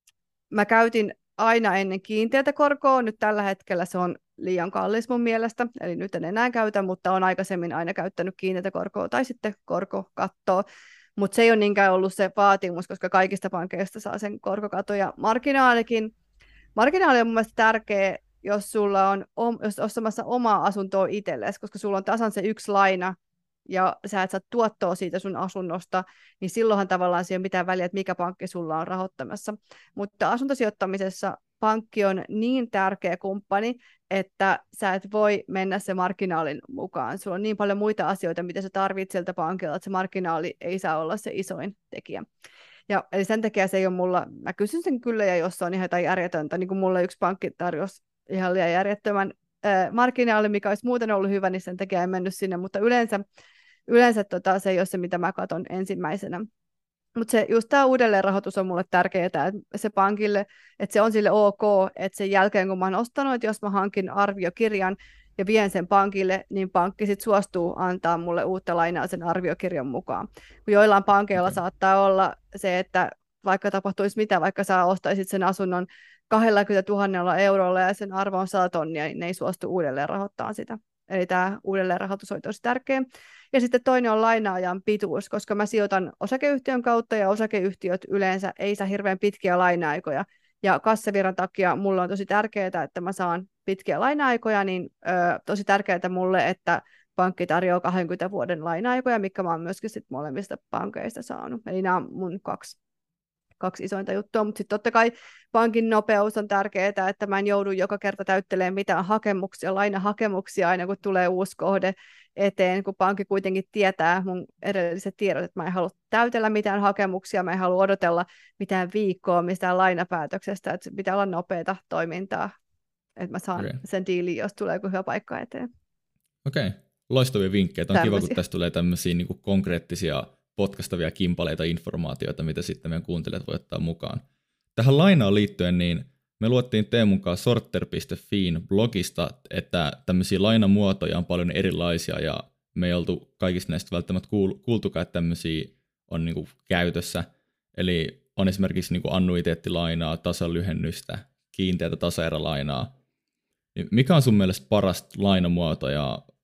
mä käytin aina ennen kiinteätä korkoa, nyt tällä hetkellä se on liian kallis mun mielestä, eli nyt en enää käytä, mutta olen aikaisemmin aina käyttänyt kiinteätä korkoa tai sitten korkokattoa, mutta se ei ole niinkään ollut se vaatimus, koska kaikista pankeista saa sen korkokaton ja marginaalikin. Marginaali on mun mielestä tärkeä, jos sulla on jos ostamassa omaa asuntoa itsellesi, koska sulla on tasan se yksi laina, ja sä et saa tuottoa siitä sun asunnosta, niin silloinhan tavallaan siihen ei ole mitään väliä, että mikä pankki sulla on rahoittamassa. Mutta asuntosijoittamisessa pankki on niin tärkeä kumppani, että sä et voi mennä se marginaalin mukaan. Sulla on niin paljon muita asioita, mitä sä tarvitset sieltä pankilta, että se marginaali ei saa olla se isoin tekijä. Ja, eli sen takia se ei ole mulla, mä kysyn sen kyllä, ja jos se on ihan jotain järjetöntä, niin kuin mulla yksi pankki tarjosi ihan liian järjettömän äh, marginaali, mikä olisi muuten ollut hyvä, niin sen takia en mennyt sinne, mutta yleensä, yleensä tota, se ei ole se, mitä mä katson ensimmäisenä. Mutta just tämä uudelleenrahoitus on mulle tärkeää, että se pankille, että se on sille ok, että sen jälkeen kun mä oon ostanut, että jos mä hankin arviokirjan ja vien sen pankille, niin pankki sitten suostuu antaa mulle uutta lainaa sen arviokirjan mukaan. Kun joillain pankeilla okay. saattaa olla se, että vaikka tapahtuisi mitä, vaikka sä ostaisit sen asunnon kaksikymmentätuhatta eurolla ja sen arvo on sata tonnia, niin ne ei suostu uudelleen rahoittamaan sitä. Eli tämä uudelleenrahoitus on tosi tärkeä. Ja sitten toinen on lainaajan pituus, koska mä sijoitan osakeyhtiön kautta ja osakeyhtiöt yleensä ei saa hirveän pitkiä laina-aikoja. Ja kassavirran takia mulle on tosi tärkeää, että mä saan pitkiä laina-aikoja, niin ö, tosi tärkeää mulle, että pankki tarjoaa kaksikymmentä vuoden laina-aikoja, mikä mä oon myöskin sit molemmista pankeista saanut. Eli nämä on mun kaksi. kaksi isointa juttua, mutta sitten totta kai pankin nopeus on tärkeää, että mä en joudu joka kerta täyttelemään mitään hakemuksia, lainahakemuksia aina kun tulee uusi kohde eteen, kun pankki kuitenkin tietää mun edelliset tiedot, että mä en halua täytellä mitään hakemuksia, mä en halua odotella mitään viikkoa mistään lainapäätöksestä, että pitää olla nopeata toimintaa, että mä saan okay. sen diilin, jos tulee joku hyvä paikka eteen. Okei, okay. Loistavia vinkkejä. On kiva, kun tästä tulee tämmöisiä niin kuin konkreettisia potkastavia kimpaleita informaatioita, mitä sitten meidän kuuntelijat voi ottaa mukaan. Tähän lainaan liittyen, niin me luettiin Teemun kanssa sorter piste fiin blogista, että tämmöisiä lainamuotoja on paljon erilaisia, ja me ei oltu kaikista näistä välttämättä kuultukaan, että tämmöisiä on niin kuin käytössä. Eli on esimerkiksi niin kuin annuiteettilainaa, tasalyhennystä, kiinteätä tasaerälainaa. Mikä on sun mielestä paras lainamuoto, ja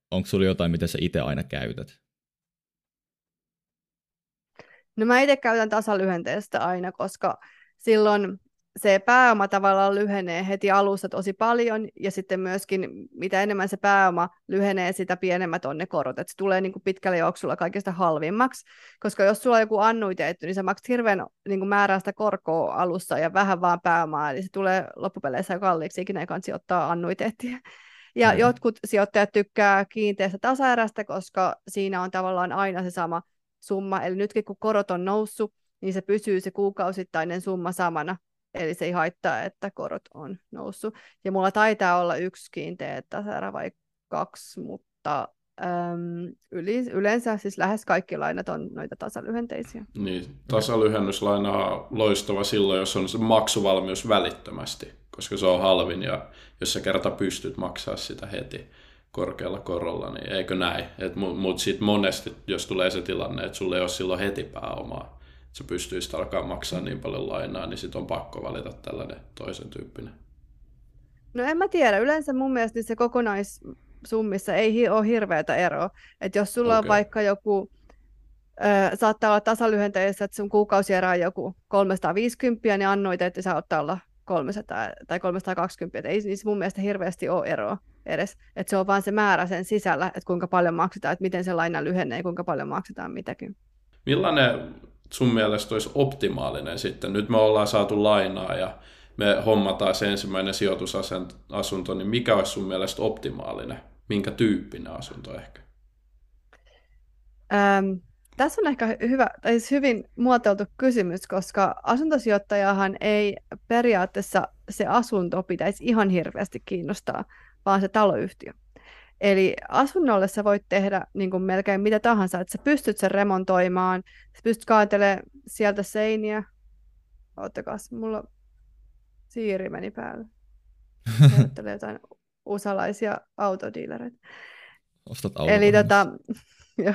onko sulla jotain, mitä sä itse aina käytät? No mä itse käytän tasalyhenteestä aina, koska silloin se pääoma tavallaan lyhenee heti alussa tosi paljon, ja sitten myöskin mitä enemmän se pääoma lyhenee, sitä pienemmät on ne korot, että se tulee niin kuin pitkällä juoksulla kaikista halvimmaksi, koska jos sulla on joku annuiteetty, niin sä maksat hirveän niin kuin määräistä korkoa alussa ja vähän vaan pääomaa, eli se tulee loppupeleissä kalliiksi, ikinä ei kannata sijoittaa annuiteettia. Ja mm. jotkut sijoittajat tykkää kiinteästä tasaerästä, koska siinä on tavallaan aina se sama summa, eli nytkin kun korot on noussut, niin se pysyy se kuukausittainen summa samana, eli se ei haittaa, että korot on noussut. Ja mulla taitaa olla yksi kiinteä tasaerä vai kaksi, mutta äm, yleensä siis lähes kaikki lainat on noita tasalyhenteisiä. Niin, tasalyhennyslaina on loistava silloin, jos on se maksuvalmius välittömästi, koska se on halvin ja jos sä kerta pystyt maksaa sitä heti korkealla korolla, niin eikö näin? Mutta sitten monesti, jos tulee se tilanne, että sulla ei ole silloin heti pääomaa, että sä pystyisit alkaa maksaa niin paljon lainaa, niin sitten on pakko valita tällainen toisen tyyppinen. No en mä tiedä. Yleensä mun mielestä niin se kokonaissummissa ei ole hirveätä eroa. Että jos sulla okay. on vaikka joku, äh, saattaa olla tasalyhenteissä, että sun kuukausierä on joku kolmesataaviisikymmentä, niin annoit, että saa ottaa olla kolmesataa tai kolmesataakaksikymmentä. Ei niissä mun mielestä hirveästi ole eroa edes. Että se on vaan se määrä sen sisällä, että kuinka paljon maksetaan, että miten se laina lyhenee ja kuinka paljon maksetaan mitäkin. Millainen sun mielestä olisi optimaalinen sitten? Nyt me ollaan saatu lainaa ja me hommataan se ensimmäinen sijoitusasunto, niin mikä olisi sun mielestä optimaalinen? Minkä tyyppinen asunto ehkä? Ähm, tässä on ehkä hyvä, tai siis hyvin muotoiltu kysymys, koska asuntosijoittajahan ei periaatteessa se asunto pitäisi ihan hirveästi kiinnostaa, vaan se taloyhtiö. Eli asunnolle sä voit tehdä niin kuin melkein mitä tahansa, että sä pystyt sen remontoimaan, sä pystyt kaatelemaan sieltä seiniä. Oottakas, mulla siiri meni päälle. Ajattelee jotain usalaisia autodiilereitä. Ostat auton. Eli, tota, jo.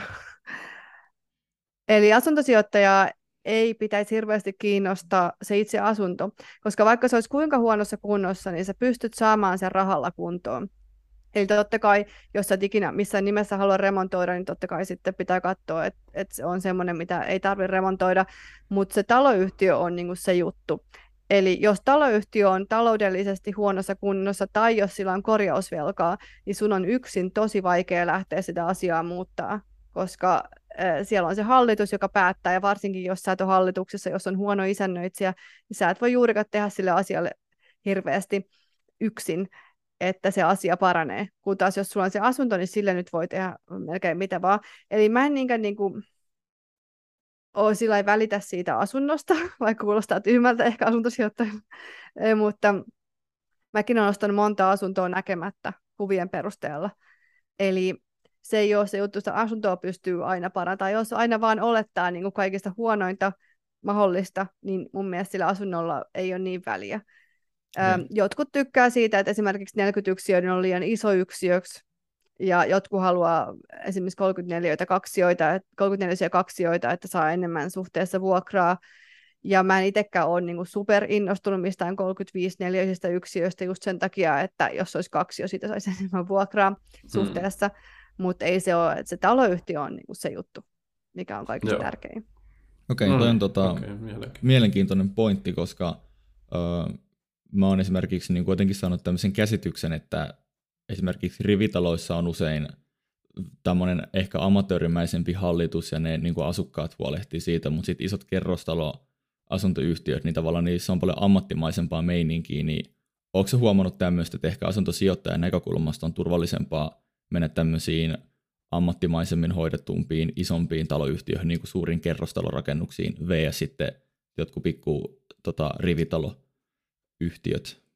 Eli asuntosijoittajaa ei pitäisi hirveästi kiinnostaa se itse asunto, koska vaikka se olisi kuinka huonossa kunnossa, niin sä pystyt saamaan sen rahalla kuntoon. Eli totta kai, jos sä et ikinä missään nimessä halua remontoida, niin totta kai sitten pitää katsoa, että, että se on semmoinen, mitä ei tarvitse remontoida, mutta se taloyhtiö on niin kuin se juttu. Eli jos taloyhtiö on taloudellisesti huonossa kunnossa tai jos sillä on korjausvelkaa, niin sun on yksin tosi vaikea lähteä sitä asiaa muuttaa, koska äh, siellä on se hallitus, joka päättää, ja varsinkin jos sä et ole hallituksessa, jos on huono isännöitsijä, niin sä et voi juurikaan tehdä sille asialle hirveästi yksin, että se asia paranee. Kun taas jos sulla on se asunto, niin sille nyt voi tehdä melkein mitä vaan. Eli mä en niinkään niinku ole sillä ei välitä siitä asunnosta, vaikka kuulostaa tyhmältä ehkä asuntosijoittajalta, mutta mäkin olen ostanut monta asuntoa näkemättä kuvien perusteella. Eli se ei ole se juttu, että asuntoa pystyy aina parantamaan. Jos aina vaan olettaa niin kuin kaikista huonointa mahdollista, niin mun mielestä sillä asunnolla ei ole niin väliä. Mm. Jotkut tykkää siitä, että esimerkiksi neljäkymmentäyksiöiden on liian iso yksiöksi, ja jotkut haluaa esimerkiksi kolmekymmentäneljä kaksioita, kolmekymmentäneljä kaksioita, että saa enemmän suhteessa vuokraa. Ja mä en itsekään ole niin kuin super innostunut mistään kolmekymmentäviisi neliöisistä yksiöistä just sen takia, että jos olisi kaksio, siitä saisi enemmän vuokraa suhteessa. Mm. Mutta ei se ole, että se taloyhtiö on niin kuin se juttu, mikä on kaikista tärkein. Okei, okay, toi on tota, okay, mielenkiintoinen pointti, koska öö, mä oon esimerkiksi niin kuitenkin saanut tämmöisen käsityksen, että esimerkiksi rivitaloissa on usein tämmöinen ehkä amatöörimäisempi hallitus ja ne niin kuin asukkaat huolehtii siitä, mutta sitten isot kerrostaloasuntoyhtiöt, niin tavallaan niissä on paljon ammattimaisempaa meininkiä, niin ootko sä huomannut tämmöistä, että ehkä asuntosijoittajan näkökulmasta on turvallisempaa mennä tämmöisiin ammattimaisemmin hoidettumpiin, isompiin taloyhtiöihin, niin kuin suuriin kerrostalorakennuksiin, vs. sitten jotkut pikku tota, rivitaloyhtiöt?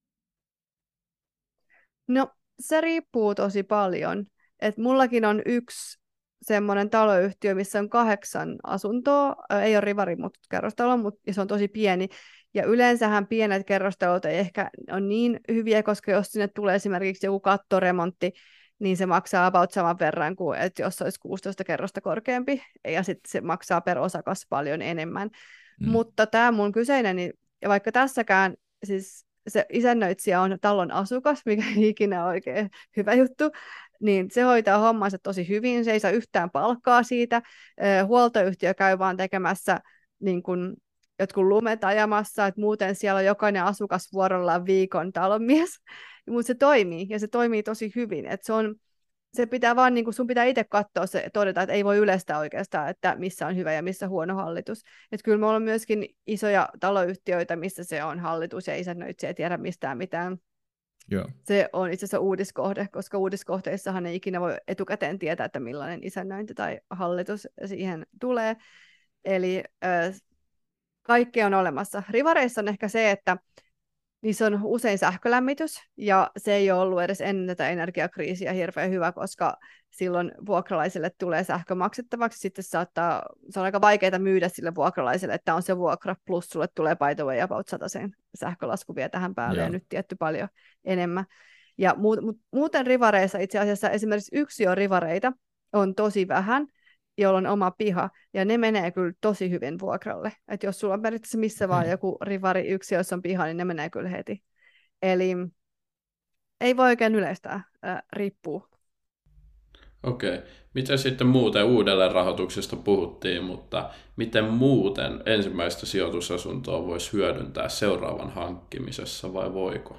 No se riippuu tosi paljon. Et mullakin on yksi semmoinen taloyhtiö, missä on kahdeksan asuntoa, ei ole rivari, mutta kerrostalo, mutta ja se on tosi pieni. Ja yleensähän pienet kerrostalot ei ehkä ole niin hyviä, koska jos sinne tulee esimerkiksi joku kattoremontti, niin se maksaa about saman verran kuin että jos olisi kuusitoista kerrosta korkeampi, ja sitten se maksaa per osakas paljon enemmän. Mm. Mutta tämä mun kyseinen, niin vaikka tässäkään, siis se isännöitsijä on talon asukas, mikä ei ikinä oikein hyvä juttu, niin se hoitaa hommansa tosi hyvin, se ei saa yhtään palkkaa siitä, huoltoyhtiö käy vaan tekemässä niin kuin jotkut lumet ajamassa, että muuten siellä on jokainen asukas vuorollaan viikon talonmies, mutta se toimii, ja se toimii tosi hyvin, että se on se pitää vaan, niin kuin sun pitää itse katsoa se, todeta, että ei voi yleistää oikeastaan, että missä on hyvä ja missä huono hallitus. Että kyllä me ollaan myöskin isoja taloyhtiöitä, missä se on hallitus ja isännöitsijä ei tiedä mistään mitään. Joo. Se on itse asiassa uudiskohde, koska uudiskohteissahan ei ikinä voi etukäteen tietää, että millainen isännöinti tai hallitus siihen tulee. Eli äh, kaikki on olemassa. Rivareissa on ehkä se, että niissä on usein sähkölämmitys, ja se ei ole ollut edes ennen tätä energiakriisiä hirveän hyvä, koska silloin vuokralaisille tulee sähkö maksettavaksi, sitten saattaa, se on aika vaikeaa myydä sille vuokralaiselle, että on se vuokra, plus sulle tulee by the way about sen sähkölasku vielä tähän päälle, yeah. ja nyt tietty paljon enemmän. Ja mu- mu- muuten rivareissa itse asiassa esimerkiksi yksiörivareita on tosi vähän, jolla on oma piha, ja ne menee kyllä tosi hyvin vuokralle. Et jos sulla on periaatteessa missä vaan joku rivari yksi, jos on piha, niin ne menee kyllä heti. Eli ei voi oikein yleistää, äh, riippuu. Okei. Miten sitten muuten uudelleen rahoituksesta puhuttiin, mutta miten muuten ensimmäistä sijoitusasuntoa voisi hyödyntää seuraavan hankkimisessa, vai voiko?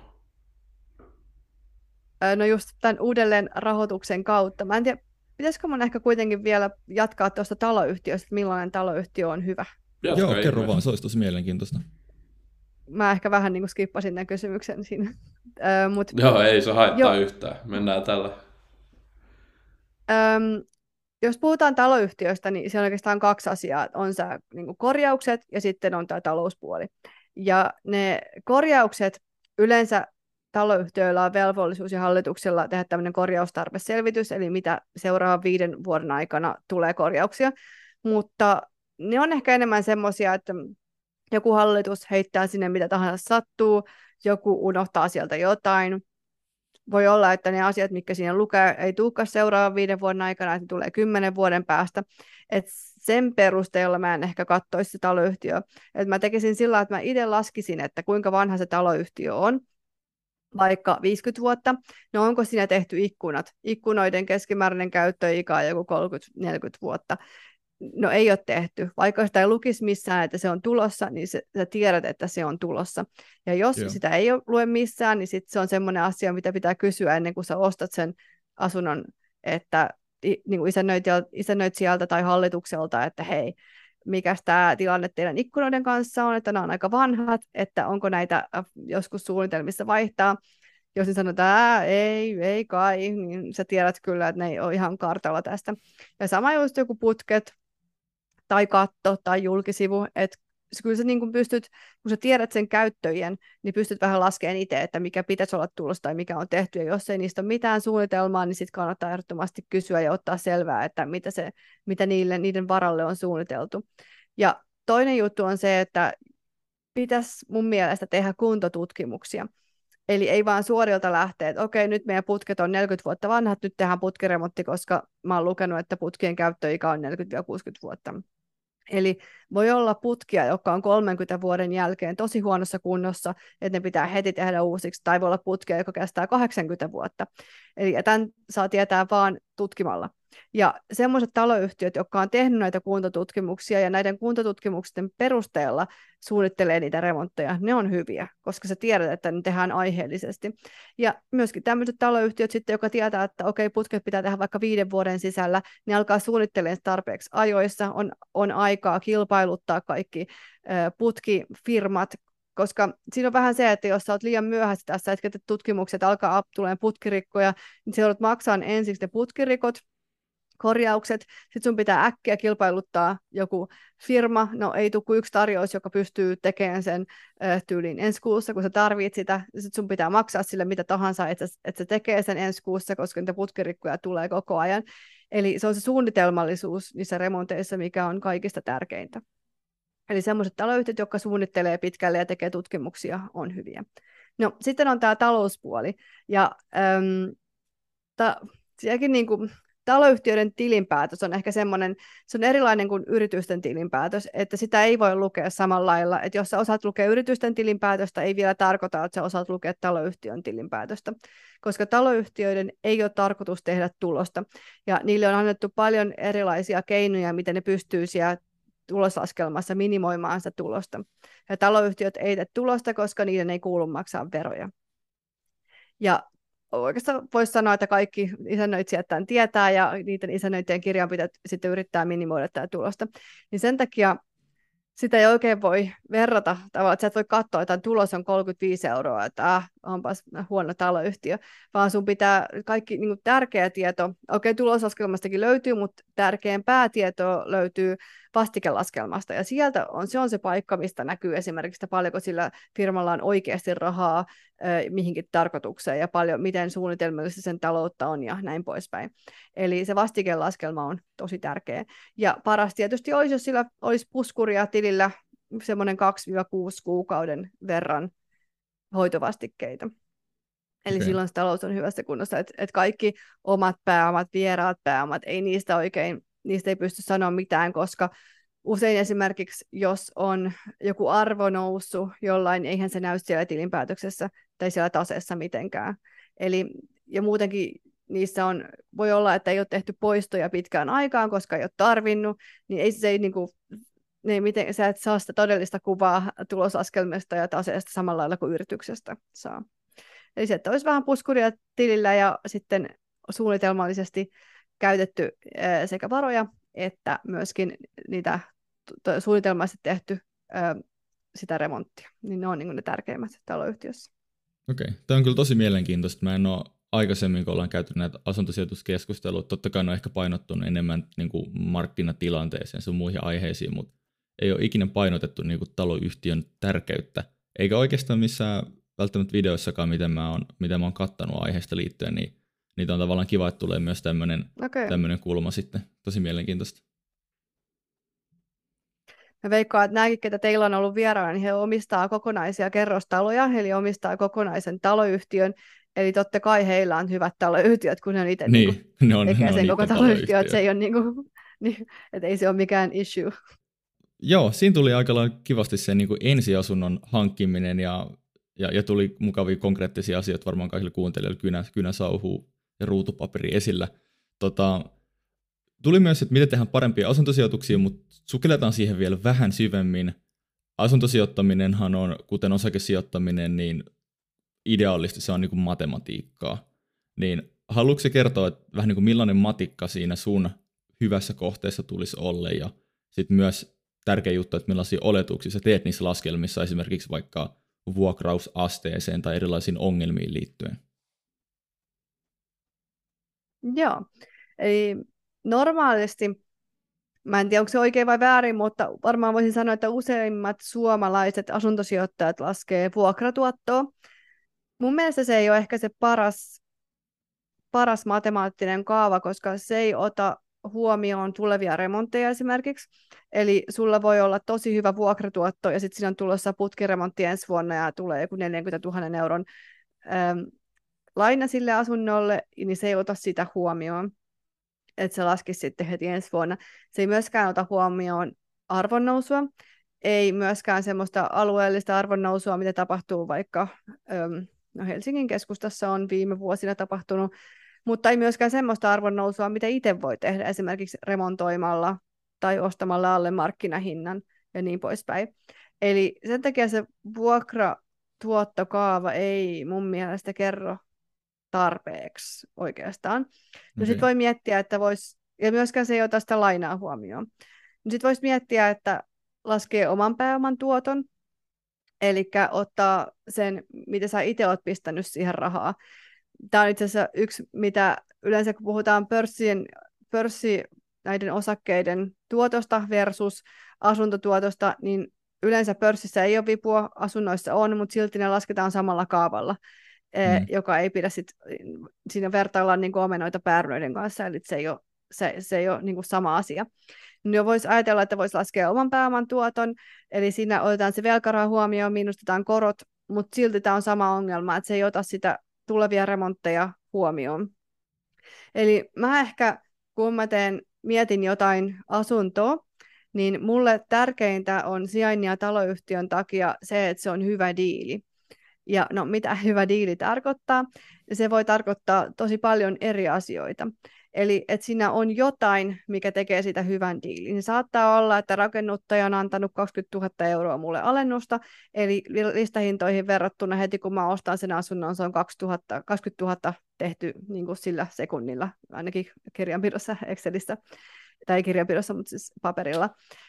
Äh, no just tämän uudelleen rahoituksen kautta. Mä en tiedä, pitäisikö mun ehkä kuitenkin vielä jatkaa tuosta taloyhtiöstä, että millainen taloyhtiö on hyvä? Jatka Joo, kerro ihme. vaan, se olisi tosi mielenkiintoista. Mä ehkä vähän niin kuin skippasin tämän kysymyksen siinä. Ö, mut, Joo, ei se haittaa jo. yhtään. Mennään tällä. Öm, jos puhutaan taloyhtiöistä, niin se on oikeastaan kaksi asiaa. On se niin kuin korjaukset ja sitten on tämä talouspuoli. Ja ne korjaukset yleensä taloyhtiöillä on velvollisuus ja hallituksella tehdä tämmöinen korjaustarveselvitys, eli mitä seuraavan viiden vuoden aikana tulee korjauksia. Mutta ne on ehkä enemmän semmoisia, että joku hallitus heittää sinne mitä tahansa sattuu, joku unohtaa sieltä jotain. Voi olla, että ne asiat, mitkä siinä lukee, ei tulekaan seuraavan viiden vuoden aikana, että ne tulee kymmenen vuoden päästä. Et sen perusteella mä en ehkä katsoisi se taloyhtiö. Et mä tekisin sillä, että mä itse laskisin, että kuinka vanha se taloyhtiö on, vaikka viisikymmentä vuotta. No onko siinä tehty ikkunat? Ikkunoiden keskimääräinen käyttöikä on joku kolmekymmentä neljäkymmentä vuotta. No ei ole tehty. Vaikka sitä ei lukisi missään, että se on tulossa, niin se, sä tiedät, että se on tulossa. Ja jos Joo. sitä ei lue missään, niin sit se on semmoinen asia, mitä pitää kysyä ennen kuin sä ostat sen asunnon, että niin kuin isännöitsijältä tai hallitukselta, että hei, mikäs tämä tilanne teidän ikkunoiden kanssa on, että nämä on aika vanhat, että onko näitä joskus suunnitelmissa vaihtaa. Jos ne sanotaan, että ei, ei kai, niin sä tiedät kyllä, että ne ei ole ihan kartalla tästä. Ja sama just joku putket, tai katto, tai julkisivu, että kyllä sä niin kun pystyt, kun sä tiedät sen käyttöjen, niin pystyt vähän laskemaan itse, että mikä pitäisi olla tulossa tai mikä on tehty, ja jos ei niistä ole mitään suunnitelmaa, niin sitten kannattaa ehdottomasti kysyä ja ottaa selvää, että mitä, se, mitä niille, niiden varalle on suunniteltu. Ja toinen juttu on se, että pitäisi mun mielestä tehdä kuntotutkimuksia. Eli ei vaan suorilta lähteä, että okei, nyt meidän putket on neljäkymmentä vuotta vanhat, nyt tehdään putkiremontti, koska mä oon lukenut, että putkien käyttöikä on neljäkymmentä kuusikymmentä vuotta. Eli voi olla putkia, jotka on kolmenkymmenen vuoden jälkeen tosi huonossa kunnossa, että ne pitää heti tehdä uusiksi, tai voi olla putkia, joka kestää kahdeksankymmentä vuotta. Eli tämän saa tietää vaan tutkimalla. Ja semmoiset taloyhtiöt, jotka on tehnyt näitä kuntotutkimuksia ja näiden kuntotutkimusten perusteella suunnittelee niitä remontteja, ne on hyviä, koska sä tiedät, että ne tehdään aiheellisesti. Ja myöskin tämmöiset taloyhtiöt sitten, joka tietää, että okei, putket pitää tehdä vaikka viiden vuoden sisällä, niin alkaa suunnittelemaan tarpeeksi ajoissa, on, on aikaa kilpailuttaa kaikki äh, putkifirmat, koska siinä on vähän se, että jos sä oot liian myöhässä tässä, etkä tutkimukset alkaa tulemaan putkirikkoja, niin sä joudut maksamaan ensiksi ne putkirikot, korjaukset, sitten sun pitää äkkiä kilpailuttaa joku firma, no ei tule kuin yksi tarjous, joka pystyy tekemään sen ö, tyyliin ensi kuussa, kun sä tarvit sitä, sitten sun pitää maksaa sille mitä tahansa, että, että se tekee sen ensi kuussa, koska niitä putkirikkoja tulee koko ajan. Eli se on se suunnitelmallisuus niissä remonteissa, mikä on kaikista tärkeintä. Eli semmoiset taloyhtiöt, jotka suunnittelee pitkälle ja tekee tutkimuksia, on hyviä. No, sitten on tämä talouspuoli, ja äm, ta, sielläkin niin kuin taloyhtiöiden tilinpäätös on ehkä semmoinen, se on erilainen kuin yritysten tilinpäätös, että sitä ei voi lukea samalla lailla, että jos sä osaat lukea yritysten tilinpäätöstä, ei vielä tarkoita, että sä osaat lukea taloyhtiön tilinpäätöstä, koska taloyhtiöiden ei ole tarkoitus tehdä tulosta, ja niille on annettu paljon erilaisia keinoja, miten ne pystyy siellä tuloslaskelmassa minimoimaan sitä tulosta. Ja taloyhtiöt ei tee tulosta, koska niiden ei kuulu maksaa veroja. Ja oikeastaan voisi sanoa, että kaikki isännöitsijät tämän tietää, ja niiden isännöitsijän kirjanpitäjät sitten yrittää minimoida tätä tulosta. Niin sen takia sitä ei oikein voi verrata, tavallaan, että sä et voi katsoa, että tulos on kolmekymmentäviisi euroa, että äh, onpas huono taloyhtiö, vaan sun pitää kaikki niin kuin tärkeä tieto, okei, okay, tuloslaskelmastakin löytyy, mutta tärkein päätieto löytyy vastikelaskelmasta, ja sieltä on se, on se paikka, mistä näkyy esimerkiksi, että paljonko sillä firmalla on oikeasti rahaa äh, mihinkin tarkoitukseen, ja paljon, miten suunnitelmallisesti sen taloutta on, ja näin poispäin. Eli se vastikelaskelma on tosi tärkeä. Ja paras tietysti olisi, jos sillä olisi puskuria tilillä semmoinen kaksi kuusi kuukauden verran hoitovastikkeita. Eli Okay. silloin se talous on hyvässä kunnossa, että et kaikki omat pääomat, vieraat pääomat, ei niistä oikein, niistä ei pysty sanoa mitään, koska usein esimerkiksi, jos on joku arvonousu jollain, eihän se näy siellä tilinpäätöksessä tai siellä taseessa mitenkään. Eli, ja muutenkin niissä on, voi olla, että ei ole tehty poistoja pitkään aikaan, koska ei ole tarvinnut, niin ei se ei niin kuin, ne, miten, sä et saa sitä todellista kuvaa tuloslaskelmista ja taseesta samalla lailla kuin yrityksestä saa. Eli se, että olisi vähän puskuria tilillä ja sitten suunnitelmallisesti käytetty sekä varoja että myöskin niitä suunnitelmallisesti tehty sitä remonttia. Niin ne on niin kuin ne tärkeimmät taloyhtiössä. Okei, okay. Tämä on kyllä tosi mielenkiintoista. Mä en ole aikaisemmin, kun ollaan käyty näitä asuntosijoituskeskusteluja, totta kai ne on ehkä painottunut enemmän niin kuin markkinatilanteeseen sun muihin aiheisiin, mutta ei ole ikinä painotettu niin kuin taloyhtiön tärkeyttä, eikä oikeastaan missään välttämättä videoissakaan, mitä mä oon, mitä mä oon kattanut aiheesta liittyen, niin niitä on tavallaan kiva, että tulee myös tämmöinen okay. tämmöinen kulma sitten. Tosi mielenkiintoista. Mä veikkaan, että nämäkin, ketä teillä on ollut vieraana, niin he omistaa kokonaisia kerrostaloja, eli omistaa kokonaisen taloyhtiön, eli totta kai heillä on hyvät taloyhtiöt, kun ne itse niin, niin ne on, tekee ne sen on koko taloyhtiö, että se ei ole niin kuin, niin, että ei se ole mikään issue. Joo, siinä tuli aika lailla kivasti se niin kuin ensiasunnon hankkiminen ja, ja, ja tuli mukavia konkreettisia asioita varmaan kaikille kuuntelijoille, kynä, kynäsauhuu ja ruutupaperi esillä. Tota, tuli myös, että miten tehdään parempia asuntosijoituksia, mutta sukelletaan siihen vielä vähän syvemmin. Asuntosijoittaminenhan on, kuten osakesijoittaminen, niin ideaalisesti se on niin kuin matematiikkaa. Niin haluatko kertoa, että vähän niin kuin millainen matikka siinä sun hyvässä kohteessa tulisi olla, ja sitten myös tärkeä juttu, että millaisia oletuksia sä teet niissä laskelmissa esimerkiksi vaikka vuokrausasteeseen tai erilaisiin ongelmiin liittyen? Joo, eli normaalisti, mä en tiedä onko se oikein vai väärin, mutta varmaan voisin sanoa, että useimmat suomalaiset asuntosijoittajat laskee vuokratuottoa. Mun mielestä se ei ole ehkä se paras, paras matemaattinen kaava, koska se ei ota huomioon tulevia remontteja esimerkiksi. Eli sulla voi olla tosi hyvä vuokratuotto ja sitten siinä on tulossa putkiremontti ensi vuonna ja tulee joku neljäkymmentätuhatta euron ähm, laina sille asunnolle, niin se ei ota sitä huomioon, että se laskisi sitten heti ensi vuonna. Se ei myöskään ota huomioon arvonnousua, ei myöskään semmoista alueellista arvonnousua, mitä tapahtuu vaikka ähm, no Helsingin keskustassa on viime vuosina tapahtunut, mutta ei myöskään semmoista arvonnousua, mitä itse voi tehdä esimerkiksi remontoimalla tai ostamalla alle markkinahinnan ja niin poispäin. Eli sen takia se vuokratuottokaava ei mun mielestä kerro tarpeeksi oikeastaan. No okay. Sitten voi miettiä, että vois, ja myöskään se ei ota sitä lainaa huomioon. No sitten voisi miettiä, että laskee oman pääoman tuoton, eli ottaa sen, mitä sä itse oot pistänyt siihen rahaa. Tämä on itse asiassa yksi, mitä yleensä kun puhutaan pörssien, pörssi näiden osakkeiden tuotosta versus asuntotuotosta, niin yleensä pörssissä ei ole vipua, asunnoissa on, mutta silti ne lasketaan samalla kaavalla, mm. joka ei pidä sit, siinä vertaillaan niin kuin omenoita päärynöiden kanssa, eli se ei ole, se, se ei ole niin kuin sama asia. No voisi ajatella, että voisi laskea oman pääoman tuoton, eli siinä otetaan se velkaraha huomioon, miinustetaan korot, mutta silti tämä on sama ongelma, että se ei ota sitä tulevia remontteja huomioon. Eli mä ehkä kun mä teen, mietin jotain asuntoa, niin mulle tärkeintä on sijainnin ja taloyhtiön takia se, että se on hyvä diili. Ja no mitä hyvä diili tarkoittaa? Se voi tarkoittaa tosi paljon eri asioita. Eli että siinä on jotain, mikä tekee sitä hyvän diilin. Niin saattaa olla, että rakennuttaja on antanut kaksikymmentätuhatta euroa mulle alennusta, eli listahintoihin verrattuna heti kun mä ostan sen asunnon, se on kaksikymmentätuhatta tehty niin kuin sillä sekunnilla, ainakin kirjanpidossa Excelissä, tai kirjanpidossa, mutta siis paperilla.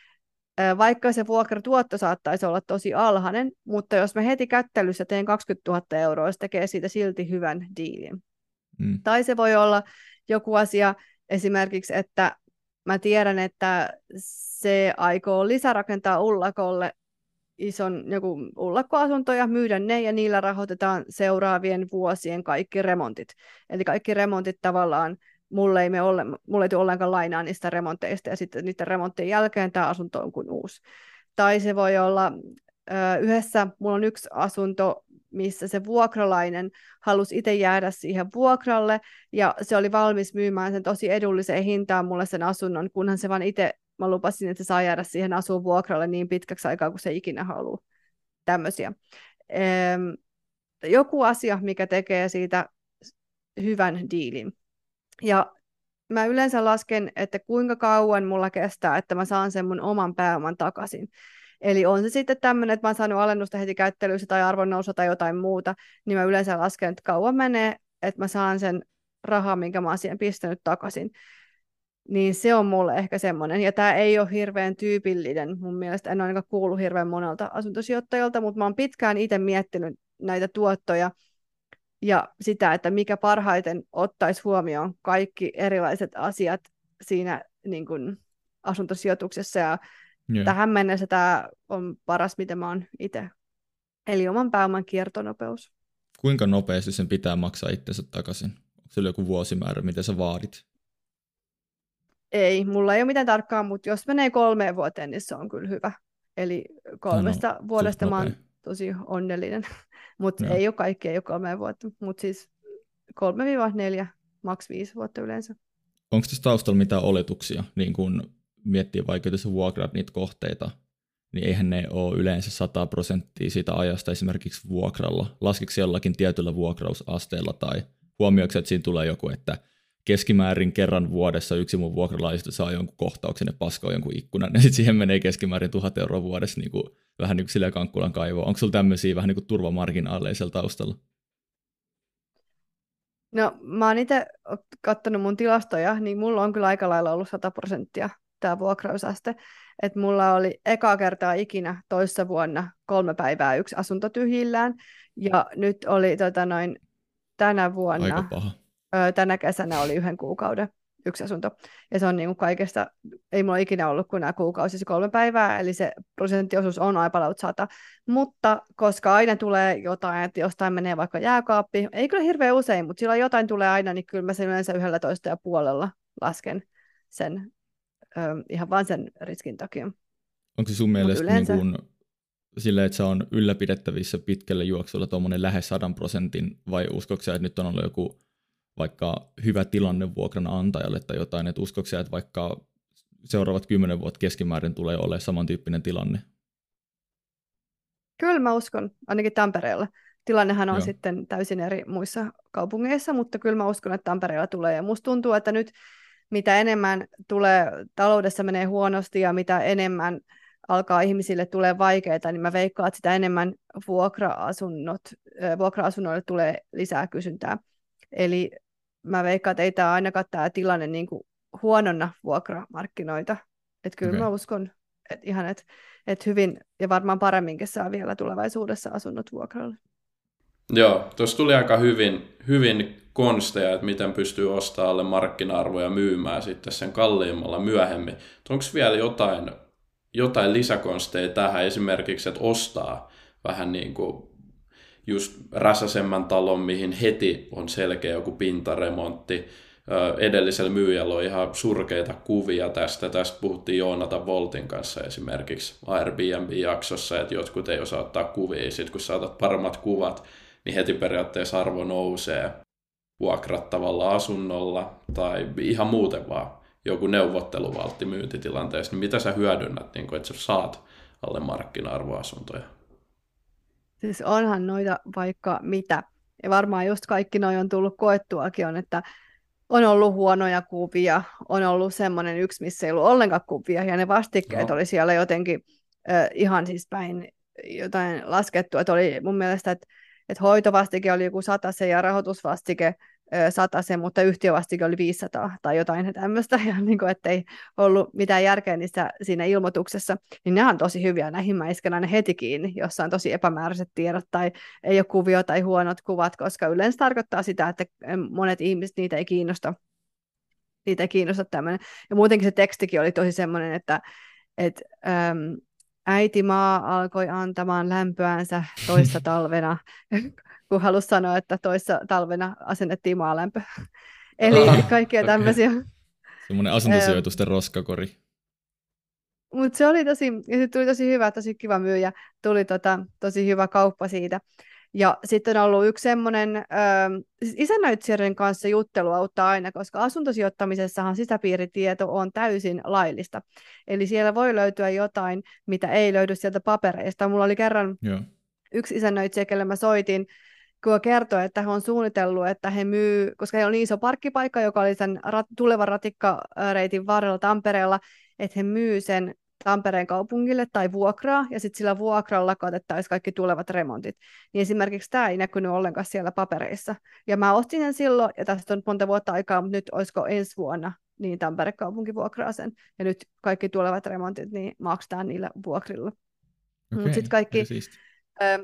Vaikka se vuokratuotto saattaisi olla tosi alhainen, mutta jos mä heti kättelyssä teen kaksikymmentätuhatta euroa, se tekee siitä silti hyvän diilin. Mm. Tai se voi olla joku asia esimerkiksi, että mä tiedän, että se aikoo lisärakentaa Ullakolle ison joku ullakkoasunto ja myydä ne, ja niillä rahoitetaan seuraavien vuosien kaikki remontit. Eli kaikki remontit tavallaan, mulle ei, me ole, mulle ei tule ollenkaan lainaa niistä remonteista, ja sitten niiden remonttien jälkeen tämä asunto on kuin uusi. Tai se voi olla ö, yhdessä, mulla on yksi asunto, missä se vuokralainen halusi itse jäädä siihen vuokralle, ja se oli valmis myymään sen tosi edulliseen hintaan mulle sen asunnon, kunhan se vaan itse, mä lupasin, että se saa jäädä siihen asuun vuokralle niin pitkäksi aikaa, kuin se ikinä haluaa. Tämmöisiä. Ehm, joku asia, mikä tekee siitä hyvän diilin. Ja mä yleensä lasken, että kuinka kauan mulla kestää, että mä saan sen mun oman pääoman takaisin. Eli on se sitten tämmöinen, että mä oon saanut alennusta heti käyttelyssä tai arvonnousu tai jotain muuta, niin mä yleensä lasken, että kauan menee, että mä saan sen rahaa, minkä mä oon siihen pistänyt takaisin. Niin se on mulle ehkä semmoinen. Ja tämä ei ole hirveän tyypillinen. Mun mielestä en ole ainakaan kuullut hirveän monelta asuntosijoittajalta, mutta mä oon pitkään itse miettinyt näitä tuottoja ja sitä, että mikä parhaiten ottaisi huomioon kaikki erilaiset asiat siinä niin kuin asuntosijoituksessa. Ja yeah. Tähän mennessä tämä on paras, mitä mä oon itse. Eli oman pääoman kiertonopeus. Kuinka nopeasti sen pitää maksaa itsensä takaisin? Onko se joku vuosimäärä, mitä sä vaadit? Ei, mulla ei ole mitään tarkkaa, mutta jos menee kolmeen vuoteen, niin se on kyllä hyvä. Eli kolmesta no, no, vuodesta mä oon tosi onnellinen, mutta ei ole kaikki, ei ole kolme vuotta, mutta siis kolme neljä, maks viisi vuotta yleensä. Onko tässä taustalla mitään oletuksia, niin kun miettii vaikka, jos vuokraat niitä kohteita, niin eihän ne ole yleensä sata prosenttia siitä ajasta esimerkiksi vuokralla. Laskiko jollakin tietyllä vuokrausasteella tai huomioiko, että siinä tulee joku, että keskimäärin kerran vuodessa yksi mun vuokralaisista saa jonkun kohtauksen ja paskoo jonkun ikkunan, ja sitten siihen menee keskimäärin tuhat euroa vuodessa niin kuin, vähän niin kuin silleen Kankkulan kaivoon. Onko sulla tämmöisiä vähän niin kuin turvamarginaaleja siellä taustalla? No mä oon itse katsonut mun tilastoja, niin mulla on kyllä aika lailla ollut sata prosenttia tämä vuokrausaste. Että mulla oli eka kertaa ikinä toissa vuonna kolme päivää yksi asunto tyhjillään, ja nyt oli tota noin tänä vuonna. Aika paha. Tänä kesänä oli yhden kuukauden yksi asunto. Ja se on niin kuin kaikesta, ei mulla ikinä ollut kuin nämä kuukausissa kolme päivää, eli se prosenttiosuus on about sata. Mutta koska aina tulee jotain, että jostain menee vaikka jääkaappi, ei kyllä hirveän usein, mutta silloin jotain tulee aina, niin kyllä mä sen yleensä yhdellätoista ja puolella lasken sen ö, ihan vaan sen riskin takia. Onko se sun mielestä yleensä niin kuin silleen, että se on ylläpidettävissä pitkälle juoksulla tuommoinen lähes sadan prosentin, vai uskotko sä, että nyt on ollut joku vaikka hyvä tilanne vuokranantajalle tai jotain, että uskotko sä, että vaikka seuraavat kymmenen vuotta keskimäärin tulee olemaan samantyyppinen tilanne? Kyllä mä uskon, ainakin Tampereella. Tilannehan on Joo. sitten täysin eri muissa kaupungeissa, mutta kyllä mä uskon, että Tampereella tulee. Ja musta tuntuu, että nyt mitä enemmän tulee, taloudessa menee huonosti ja mitä enemmän alkaa ihmisille tulee vaikeita, niin mä veikkaan, että sitä enemmän vuokra-asunnot, vuokra-asunnoille tulee lisää kysyntää. Eli mä veikkaan, että ei tämä ainakaan tämä tilanne niin kuin huononna vuokramarkkinoita. Että kyllä okay. Mä uskon, että ihan, että, että hyvin ja varmaan paremminkin saa vielä tulevaisuudessa asunnot vuokralle. Joo, tuossa tuli aika hyvin, hyvin konsteja, että miten pystyy ostamaan alle markkina-arvoja myymään sitten sen kalliimmalla myöhemmin. Onko vielä jotain, jotain lisäkonsteja tähän esimerkiksi, että ostaa vähän niin kuin just räsäsemmän talon, mihin heti on selkeä joku pintaremontti. Edellisellä myyjällä on ihan surkeita kuvia tästä. Tästä puhuttiin Joonatan Voltin kanssa esimerkiksi Airbnb-jaksossa, että jotkut ei osaa ottaa kuvia. Sitten kun saatat paremmat kuvat, niin heti periaatteessa arvo nousee. vuokrattavalla asunnolla tai ihan muuten vaan joku neuvotteluvaltti myyntitilanteessa, niin mitä sä hyödynnät, niin kun, että sä saat alle markkina-arvoasuntoja? Siis onhan noita vaikka mitä. Ja varmaan just kaikki noi on tullut koettuakin on, että on ollut huonoja kuvia, on ollut semmoinen yksi, missä ei ollut ollenkaan kuvia, ja ne vastikkeet Joo. oli siellä jotenkin äh, ihan siis päin jotain laskettu, että oli mun mielestä, että, että hoitovastike oli joku satase ja rahoitusvastike äh, satase, mutta yhtiövastike oli viisisataa tai jotain tämmöistä, ja niin kuin, ettei ollut mitään järkeä niissä, siinä ilmoituksessa, niin ne on tosi hyviä, näihin mä iskän aina heti kiinni, jossa on tosi epämääräiset tiedot tai ei ole kuvio tai huonot kuvat, koska yleensä tarkoittaa sitä, että monet ihmiset niitä ei kiinnosta, niitä ei kiinnosta tämmöinen. Ja muutenkin se tekstikin oli tosi semmoinen, että, että äm, äiti maa alkoi antamaan lämpöänsä toissa talvena, kun halusi sanoa, että toissa talvena asennettiin maalämpö. Eli kaikkia tämmöisiä. Semmoinen asuntosijoitusten roskakori. Mutta se oli tosi, ja se tuli tosi hyvä, tosi kiva myyjä, tuli tota, tosi hyvä kauppa siitä. Ja sitten on ollut yksi semmoinen, ähm, siis isännöitsijöiden kanssa juttelu auttaa aina, koska asuntosijoittamisessahan sisäpiiritieto on täysin laillista. Eli siellä voi löytyä jotain, mitä ei löydy sieltä papereista. Mulla oli kerran Joo. yksi isännöitsijä, kelle mä soitin, kun kertoi, että he on suunnitellut, että he myy, koska heillä on niin iso parkkipaikka, joka oli sen rat, tulevan ratikkareitin varrella Tampereella, että he myy sen Tampereen kaupungille tai vuokraa, ja sitten sillä vuokralla katettaisiin kaikki tulevat remontit. Niin esimerkiksi tämä ei näkynyt ollenkaan siellä papereissa. Ja mä ostin sen silloin, ja tästä on monta vuotta aikaa, mutta nyt olisiko ensi vuonna, niin Tampereen kaupunki vuokraa sen. Ja nyt kaikki tulevat remontit niin maksetaan niillä vuokrilla. Okei, Mutta sitten kaikki, okay,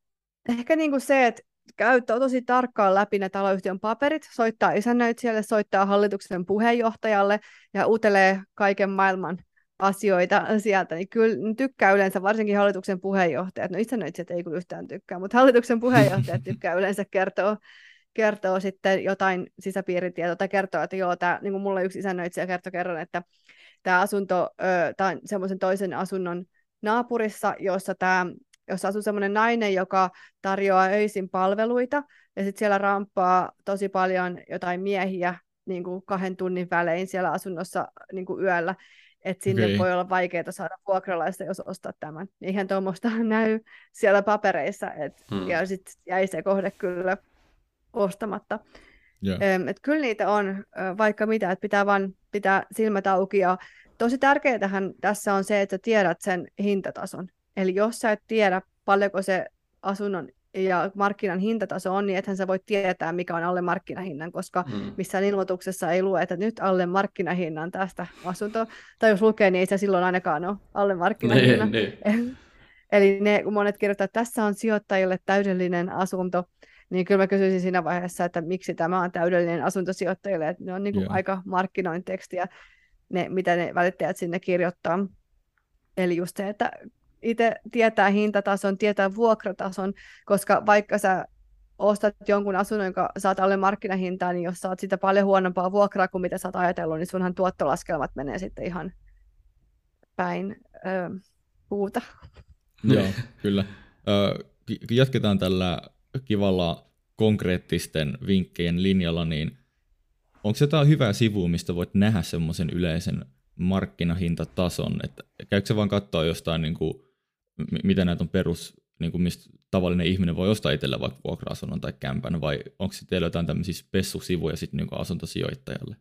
ehkä niinku se, että käy tosi tarkkaan läpi ne taloyhtiön paperit, soittaa isännöitsijälle, soittaa hallituksen puheenjohtajalle ja utelee kaiken maailman asioita sieltä, niin kyllä tykkää yleensä, varsinkin hallituksen puheenjohtajat, no isännöitsijät ei kyllä yhtään tykkää, mutta hallituksen puheenjohtajat tykkää yleensä kertoa, kertoo sitten jotain sisäpiiritietoa tai kertoo, että joo, tämä, niin kuin mulla yksi isännöitsijä kertoi kerran, että tämä asunto, tämä on semmoisen toisen asunnon naapurissa, jossa tämä jossa asuu semmoinen nainen, joka tarjoaa öisin palveluita, ja sitten siellä ramppaa tosi paljon jotain miehiä niin kuin kahden tunnin välein siellä asunnossa niin kuin yöllä, että sinne okay. voi olla vaikeaa saada vuokralaista, jos ostaa tämän. Eihän tuommoista näy siellä papereissa, et, hmm. ja sitten jäi se kohde kyllä ostamatta. Yeah. Et kyllä niitä on vaikka mitä, että pitää vaan pitää silmät auki, ja tosi tärkeätähän tässä on se, että tiedät sen hintatason. Eli jos sä et tiedä, paljonko se asunnon ja markkinan hintataso on, niin ethän sä voi tietää, mikä on alle markkinahinnan, koska mm. missään ilmoituksessa ei lue, että nyt alle markkinahinnan tästä asunto. Tai jos lukee, niin ei se silloin ainakaan ole alle markkinahinnan. Ne, ne. Eli ne, kun monet kirjoittaa, että tässä on sijoittajille täydellinen asunto, niin kyllä mä kysyisin siinä vaiheessa, että miksi tämä on täydellinen asunto sijoittajille. Että ne on niin kuin aika markkinointekstiä, ne, mitä ne välittäjät sinne kirjoittaa. Eli just se, että itse tietää hintatason, tietää vuokratason, koska vaikka sä ostat jonkun asunnon, jonka saat alle markkinahintaa, niin jos saat sitä paljon huonompaa vuokraa kuin mitä sä oot ajatellut, niin sunhan tuottolaskelmat menee sitten ihan päin ö, puuta. Joo, kyllä. Ö, jatketaan tällä kivalla konkreettisten vinkkien linjalla, niin onko jotain hyvää sivua, mistä voit nähdä semmoisen yleisen markkinahintatason, että käykö se vaan katsoa jostain, niin kuin, mitä näitä on perus, niin kuin mistä tavallinen ihminen voi ostaa itselle vaikka vuokra-asunnon tai kämpän, vai onko se teillä jotain tämmöisiä spessusivuja sitten niin kuin asuntosijoittajalle?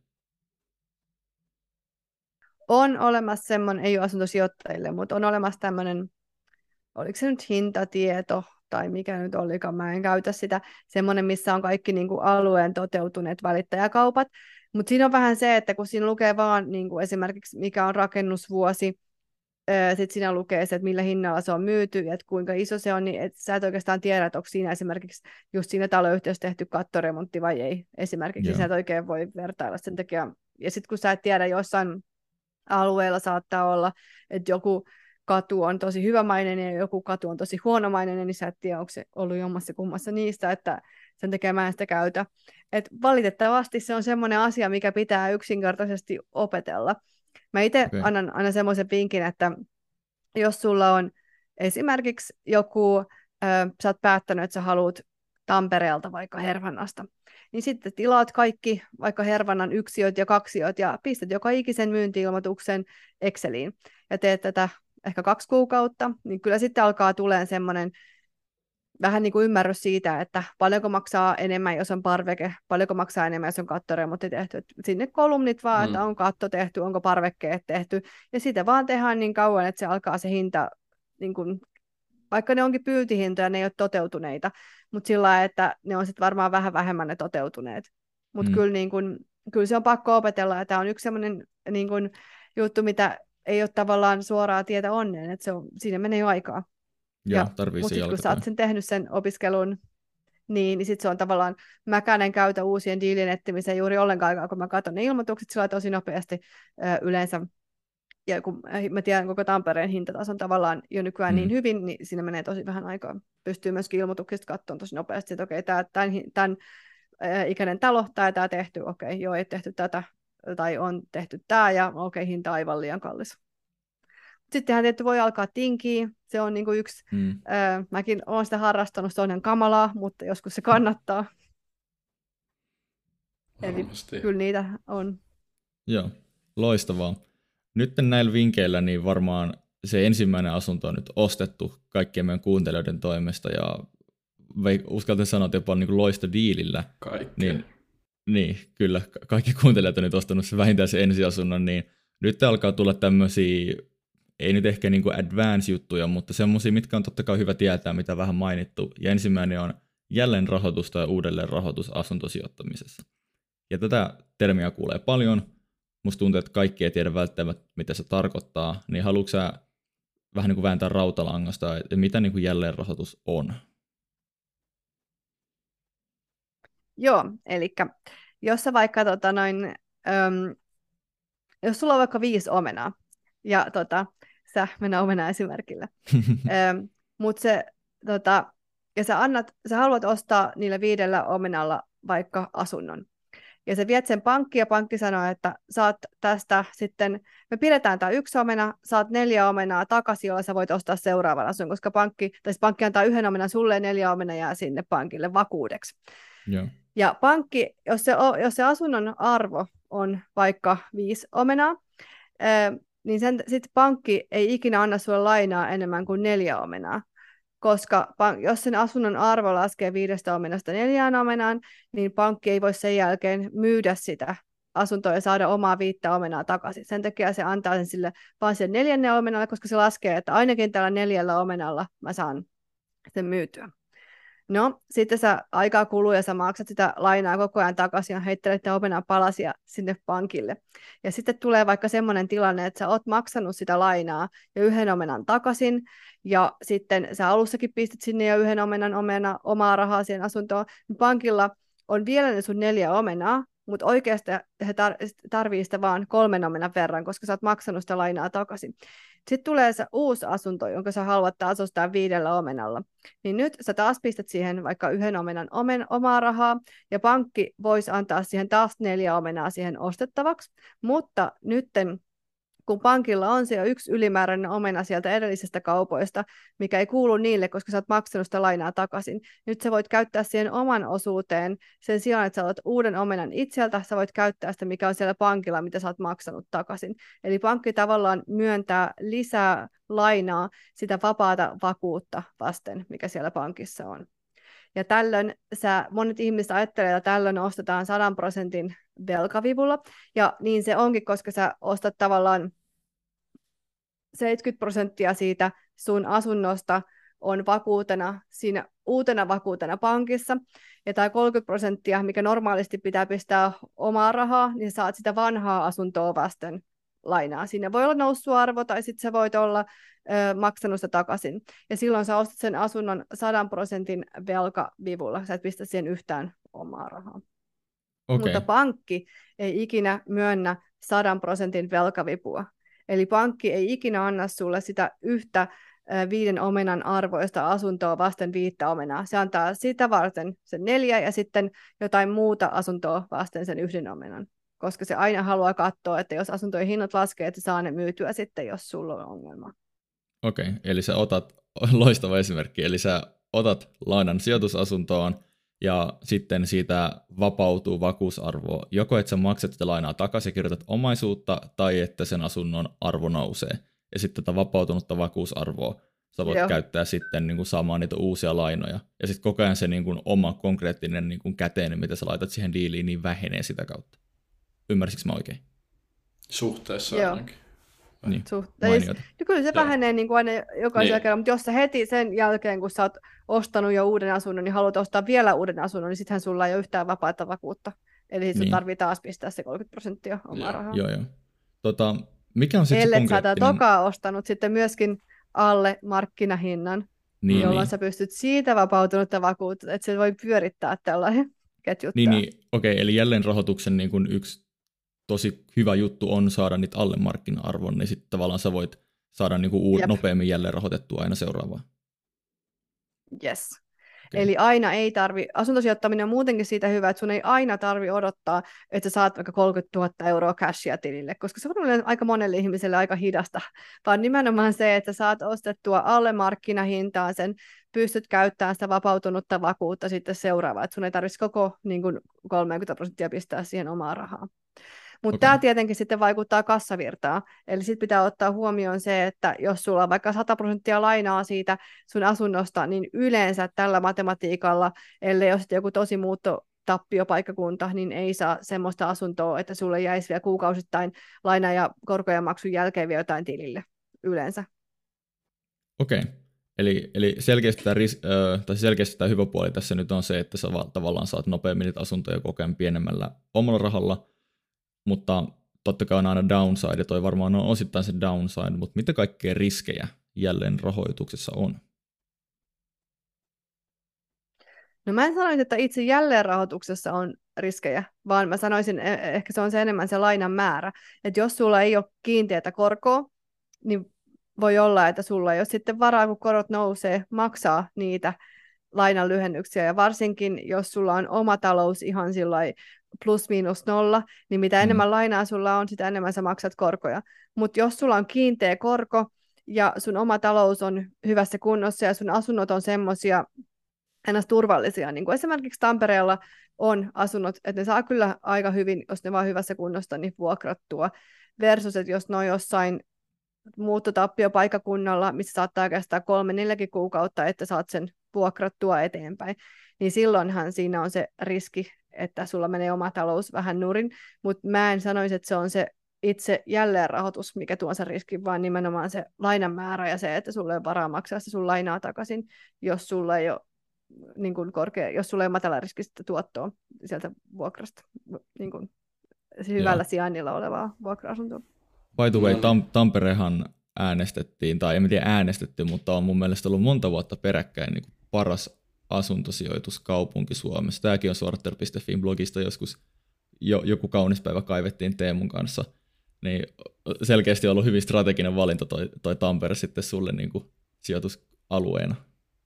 On olemassa semmoinen, ei ole asuntosijoittajille, mutta on olemassa tämmöinen, oliko se nyt hintatieto, tai mikä nyt olikaan, mä en käytä sitä, semmoinen, missä on kaikki niin kuin alueen toteutuneet välittäjäkaupat. Mutta siinä on vähän se, että kun siinä lukee vaan niin kuin esimerkiksi mikä on rakennusvuosi, sitten siinä lukee se, että millä hinnalla se on myyty ja että kuinka iso se on, niin et sä et oikeastaan tiedä, että onko siinä esimerkiksi just siinä taloyhtiössä tehty kattoremontti vai ei. Esimerkiksi yeah. Sä et oikein voi vertailla sen takia. Ja sitten kun sä et tiedä, jossain alueella saattaa olla, että joku katu on tosi hyvämainen ja joku katu on tosi huonomainen, niin sä et tiedä, onko se ollut jommassa kummassa niistä, että sen takia mä en sitä käytä. Et valitettavasti se on semmoinen asia, mikä pitää yksinkertaisesti opetella. Mä itse okay. annan aina semmoisen vinkin, että jos sulla on esimerkiksi joku, äh, sä oot päättänyt, että sä haluat Tampereelta vaikka Hervannasta. Niin sitten tilaat kaikki vaikka Hervannan yksiöt ja kaksiöt ja pistät joka ikisen myynti-ilmoituksen Exceliin ja teet tätä ehkä kaksi kuukautta, niin kyllä sitten alkaa tulemaan semmoinen vähän niin kuin ymmärrys siitä, että paljonko maksaa enemmän, jos on parveke, paljonko maksaa enemmän, jos on kattoremontti tehty. Et sinne kolumnit vaan, mm. että on katto tehty, onko parvekkeet tehty, ja sitä vaan tehdään niin kauan, että se alkaa se hinta, niin kuin, vaikka ne onkin pyyntihintoja, ne ei ole toteutuneita, mutta sillä lailla, että ne on sitten varmaan vähän vähemmän ne toteutuneet. Mutta mm. kyllä, niin kun, kyllä se on pakko opetella, ja tämä on yksi sellainen niin kun, juttu, mitä ei ole tavallaan suoraa tietä onneen, että se on, siinä menee jo aikaa. Joo, tarvii mutta sitten kun sä oot sen tehnyt sen opiskelun, niin, niin sitten se on tavallaan, mäkään en käytä uusien diilien etsimiseen juuri ollenkaan aikaa, kun mä katson ne ilmoitukset sillä tosi nopeasti ö, yleensä. Ja kun mä tiedän koko Tampereen hintatason tavallaan jo nykyään mm. niin hyvin, niin siinä menee tosi vähän aikaa. Pystyy myöskin ilmoituksista katsomaan tosi nopeasti, että okei, okay, tämän, tämän äh, ikäinen talo, tämä tämä tehty, okei, okay, joo, ei tehty tätä, tai on tehty tämä, ja okei, okay, hinta aivan liian kallis. Sittenhän tietysti voi alkaa tinkiä, se on niin kuin yksi, mm. äh, mäkin olen sitä harrastanut, se on ihan kamalaa, mutta joskus se kannattaa. Varmasti. Eli kyllä niitä on. Joo, loistavaa. Nyt näillä vinkkeillä niin varmaan se ensimmäinen asunto on nyt ostettu kaikkien meidän kuuntelijoiden toimesta, ja uskaltan sanoa, että jopa niin kuin loistodiilillä. Kaikki. Niin, niin, kyllä, kaikki kuuntelijat on nyt ostanut se vähintään se ensiasunnon, niin nyt alkaa tulla tämmöisiä, ei nyt ehkä niin kuin advance-juttuja, mutta semmoisia, mitkä on totta kai hyvä tietää, mitä vähän mainittu. Ja ensimmäinen on jälleenrahoitus tai uudelleenrahoitus asuntosijoittamisessa. Ja tätä termiä kuulee paljon. Musta tuntuu, että kaikki ei tiedä välttämättä, mitä se tarkoittaa. Niin haluatko sä vähän niin kuin vääntää rautalangasta, että mitä niin kuin jälleenrahoitus on? Joo, eli jos sä vaikka tota noin, äm, jos sulla on vaikka viisi omenaa, ja tota, sä mennään omena esimerkillä, äm, mut se, tota, ja sä, annat, sä haluat ostaa niillä viidellä omenalla vaikka asunnon, ja sä viet sen pankkiin, ja pankki sanoo, että saat tästä sitten, me pidetään tämä yksi omena, saat neljä omenaa takaisin, jolla sä voit ostaa seuraavan asunnon, koska pankki, tai siis pankki antaa yhden omenan sulle, ja neljä omenaa jää sinne pankille vakuudeksi. Joo. Ja pankki, jos se, jos se asunnon arvo on vaikka viisi omenaa, niin sitten pankki ei ikinä anna sulle lainaa enemmän kuin neljä omenaa. Koska jos sen asunnon arvo laskee viidestä omenasta neljään omenaan, niin pankki ei voi sen jälkeen myydä sitä asuntoa ja saada omaa viittä omenaa takaisin. Sen takia se antaa sen sille vaan sen neljännen omenalle, koska se laskee, että ainakin tällä neljällä omenalla mä saan sen myytyä. No, sitten sä aikaa kuluu ja sä maksat sitä lainaa koko ajan takaisin ja heittelet omenan palasia sinne pankille. Ja sitten tulee vaikka semmoinen tilanne, että sä oot maksanut sitä lainaa ja yhden omenan takaisin, ja sitten sä alussakin pistit sinne jo yhden omenan omena, omaa rahaa siihen asuntoon, niin pankilla on vielä ne sun neljä omenaa, mutta oikeasti he tar- tarvii sitä vaan kolmen omenan verran, koska sä oot maksanut sitä lainaa takaisin. Sitten tulee se uusi asunto, jonka sä haluat taas ostaa viidellä omenalla. Niin nyt sä taas pistät siihen vaikka yhden omenan omen, omaa rahaa, ja pankki voisi antaa siihen taas neljä omenaa siihen ostettavaksi, mutta nytten kun pankilla on se jo yksi ylimääräinen omena sieltä edellisestä kaupoista, mikä ei kuulu niille, koska sä oot maksanut sitä lainaa takaisin. Nyt sä voit käyttää siihen oman osuuteen sen sijaan, että sä oot uuden omenan itseltä, sä voit käyttää sitä, mikä on siellä pankilla, mitä sä oot maksanut takaisin. Eli pankki tavallaan myöntää lisää lainaa sitä vapaata vakuutta vasten, mikä siellä pankissa on. Ja tällöin sä, monet ihmiset ajattelee, että tällöin ostetaan sadan prosentin velkavivulla, ja niin se onkin, koska sä ostat tavallaan seitsemänkymmentä prosenttia siitä sun asunnosta on vakuutena siinä uutena vakuutena pankissa, ja tämä kolmekymmentä prosenttia, mikä normaalisti pitää pistää omaa rahaa, niin saat sitä vanhaa asuntoa vasten lainaa. Siinä voi olla noussut arvo, tai sitten sä voit olla ö, maksanut sitä takaisin. Ja silloin sä ostat sen asunnon sadan prosentin velkavivulla. Sä et pistä siihen yhtään omaa rahaa. Okay. Mutta pankki ei ikinä myönnä sadan prosentin velkavipua. Eli pankki ei ikinä anna sulle sitä yhtä ö, viiden omenan arvoista asuntoa vasten viittä omenaa. Se antaa sitä varten sen neljä ja sitten jotain muuta asuntoa vasten sen yhden omenan. Koska se aina haluaa katsoa, että jos asuntojen hinnat laskee, että saa ne myytyä sitten, jos sulla on ongelma. Okei, okay, eli sä otat, loistava esimerkki, eli sä otat lainan sijoitusasuntoon, ja sitten siitä vapautuu vakuusarvoa. Joko että sä maksat sitä lainaa takaisin ja kirjoitat omaisuutta, tai että sen asunnon arvo nousee. Ja sitten tätä vapautunutta vakuusarvoa sä voit Joo. käyttää sitten niin kuin saamaan niitä uusia lainoja. Ja sitten koko ajan se niin kuin oma konkreettinen niin kuin käteinen, mitä sä laitat siihen diiliin, niin vähenee sitä kautta. Ymmärsikö mä oikein? Suhteessa Joo. ainakin. Niin, Suhteessa. Kyllä se Joo. vähenee niin kuin aina jokaisella niin. kerralla, mutta jos sä heti sen jälkeen, kun sä oot ostanut jo uuden asunnon, niin haluat ostaa vielä uuden asunnon, niin sittenhän sulla ei ole yhtään vapaata vakuutta. Eli sit niin. sun tarvii taas pistää se kolmekymmentä prosenttia omaa rahaa. Joo, joo. Tota, mikä on sitten se konkreettinen... Ellet sä tokaa ostanut sitten myöskin alle markkinahinnan, niin, jolloin niin. sä pystyt siitä vapautunutta vakuutta, että se voi pyörittää tällainen ketjuttaa. Niin, niin. okei, okay, eli jälleen rahoituksen niin kun yksi tosi hyvä juttu on saada niitä alle markkina-arvon, niin sitten tavallaan sä voit saada niin uud- nopeammin jälleen rahoitettua aina seuraavaa. Yes. Okay. Eli aina ei tarvi, asuntosijoittaminen on muutenkin siitä hyvä, että sun ei aina tarvi odottaa, että sä saat vaikka kolmekymmentätuhatta euroa cashia tilille, koska se on aika monelle ihmiselle aika hidasta, vaan nimenomaan se, että saat ostettua alle markkinahintaan sen, pystyt käyttämään sitä vapautunutta vakuutta sitten seuraavaa, että sun ei tarvitsisi koko niin kuin kolmekymmentä prosenttia pistää siihen omaa rahaa. Mutta okay. Tämä tietenkin sitten vaikuttaa kassavirtaan, eli sitten pitää ottaa huomioon se, että jos sulla on vaikka sata prosenttia lainaa siitä sun asunnosta, niin yleensä tällä matematiikalla, ellei ole sitten joku tosi muuttotappiopaikkakunta, niin ei saa semmoista asuntoa, että sulle jäisi vielä kuukausittain laina- ja korkojen maksun jälkeen vielä jotain tilille yleensä. Okei, okay. eli, eli selkeästi, tämä ris- äh, tai selkeästi tämä hyvä puoli tässä nyt on se, että sä tavallaan saat nopeammin niitä asuntoja koko ajan pienemmällä omalla rahalla, mutta totta kai on aina downside, ja toi varmaan on osittain se downside, mutta mitä kaikkea riskejä jälleen rahoituksessa on? No mä en sanoisi, että itse jälleenrahoituksessa on riskejä, vaan mä sanoisin, ehkä se on se enemmän se lainan määrä. Että jos sulla ei ole kiinteätä korkoa, niin voi olla, että sulla ei ole sitten varaa, kun korot nousee, maksaa niitä lainan lyhennyksiä. Ja varsinkin, jos sulla on oma talous ihan sillai plus miinus nolla, niin mitä enemmän mm. lainaa sulla on, sitä enemmän sä maksat korkoja. Mutta jos sulla on kiinteä korko ja sun oma talous on hyvässä kunnossa ja sun asunnot on semmoisia ennäs turvallisia, niin kuin esimerkiksi Tampereella on asunnot, että ne saa kyllä aika hyvin, jos ne vaan hyvässä kunnossa, niin vuokrattua. Versus, että jos ne on jossain muuttotappiopaikkakunnalla, missä saattaa kestää kolme, neljäkin kuukautta, että saat sen vuokrattua eteenpäin, niin silloinhan siinä on se riski, että sulla menee oma talous vähän nurin, mutta mä en sanoisi, että se on se itse jälleenrahoitus, mikä tuo sen riskin, vaan nimenomaan se lainan määrä ja se, että sulla ei ole varaa maksaa se sun lainaa takaisin, jos sulla ei ole niin kuin korkea, jos sulla ei ole matalariskistä tuottoa sieltä vuokrasta, niin kuin hyvällä Joo. sijainnilla olevaa vuokra-asuntoa. By the way, Tam- Tamperehan äänestettiin, tai en tiedä äänestetty, mutta on mun mielestä ollut monta vuotta peräkkäin niin kuin paras asuntosijoituskaupunki Suomessa. Tämäkin on Sorter piste fi blogista joskus jo, joku kaunis päivä kaivettiin Teemun kanssa. Niin selkeästi on ollut hyvin strateginen valinta toi, toi Tampere sitten sulle niin kuin sijoitusalueena.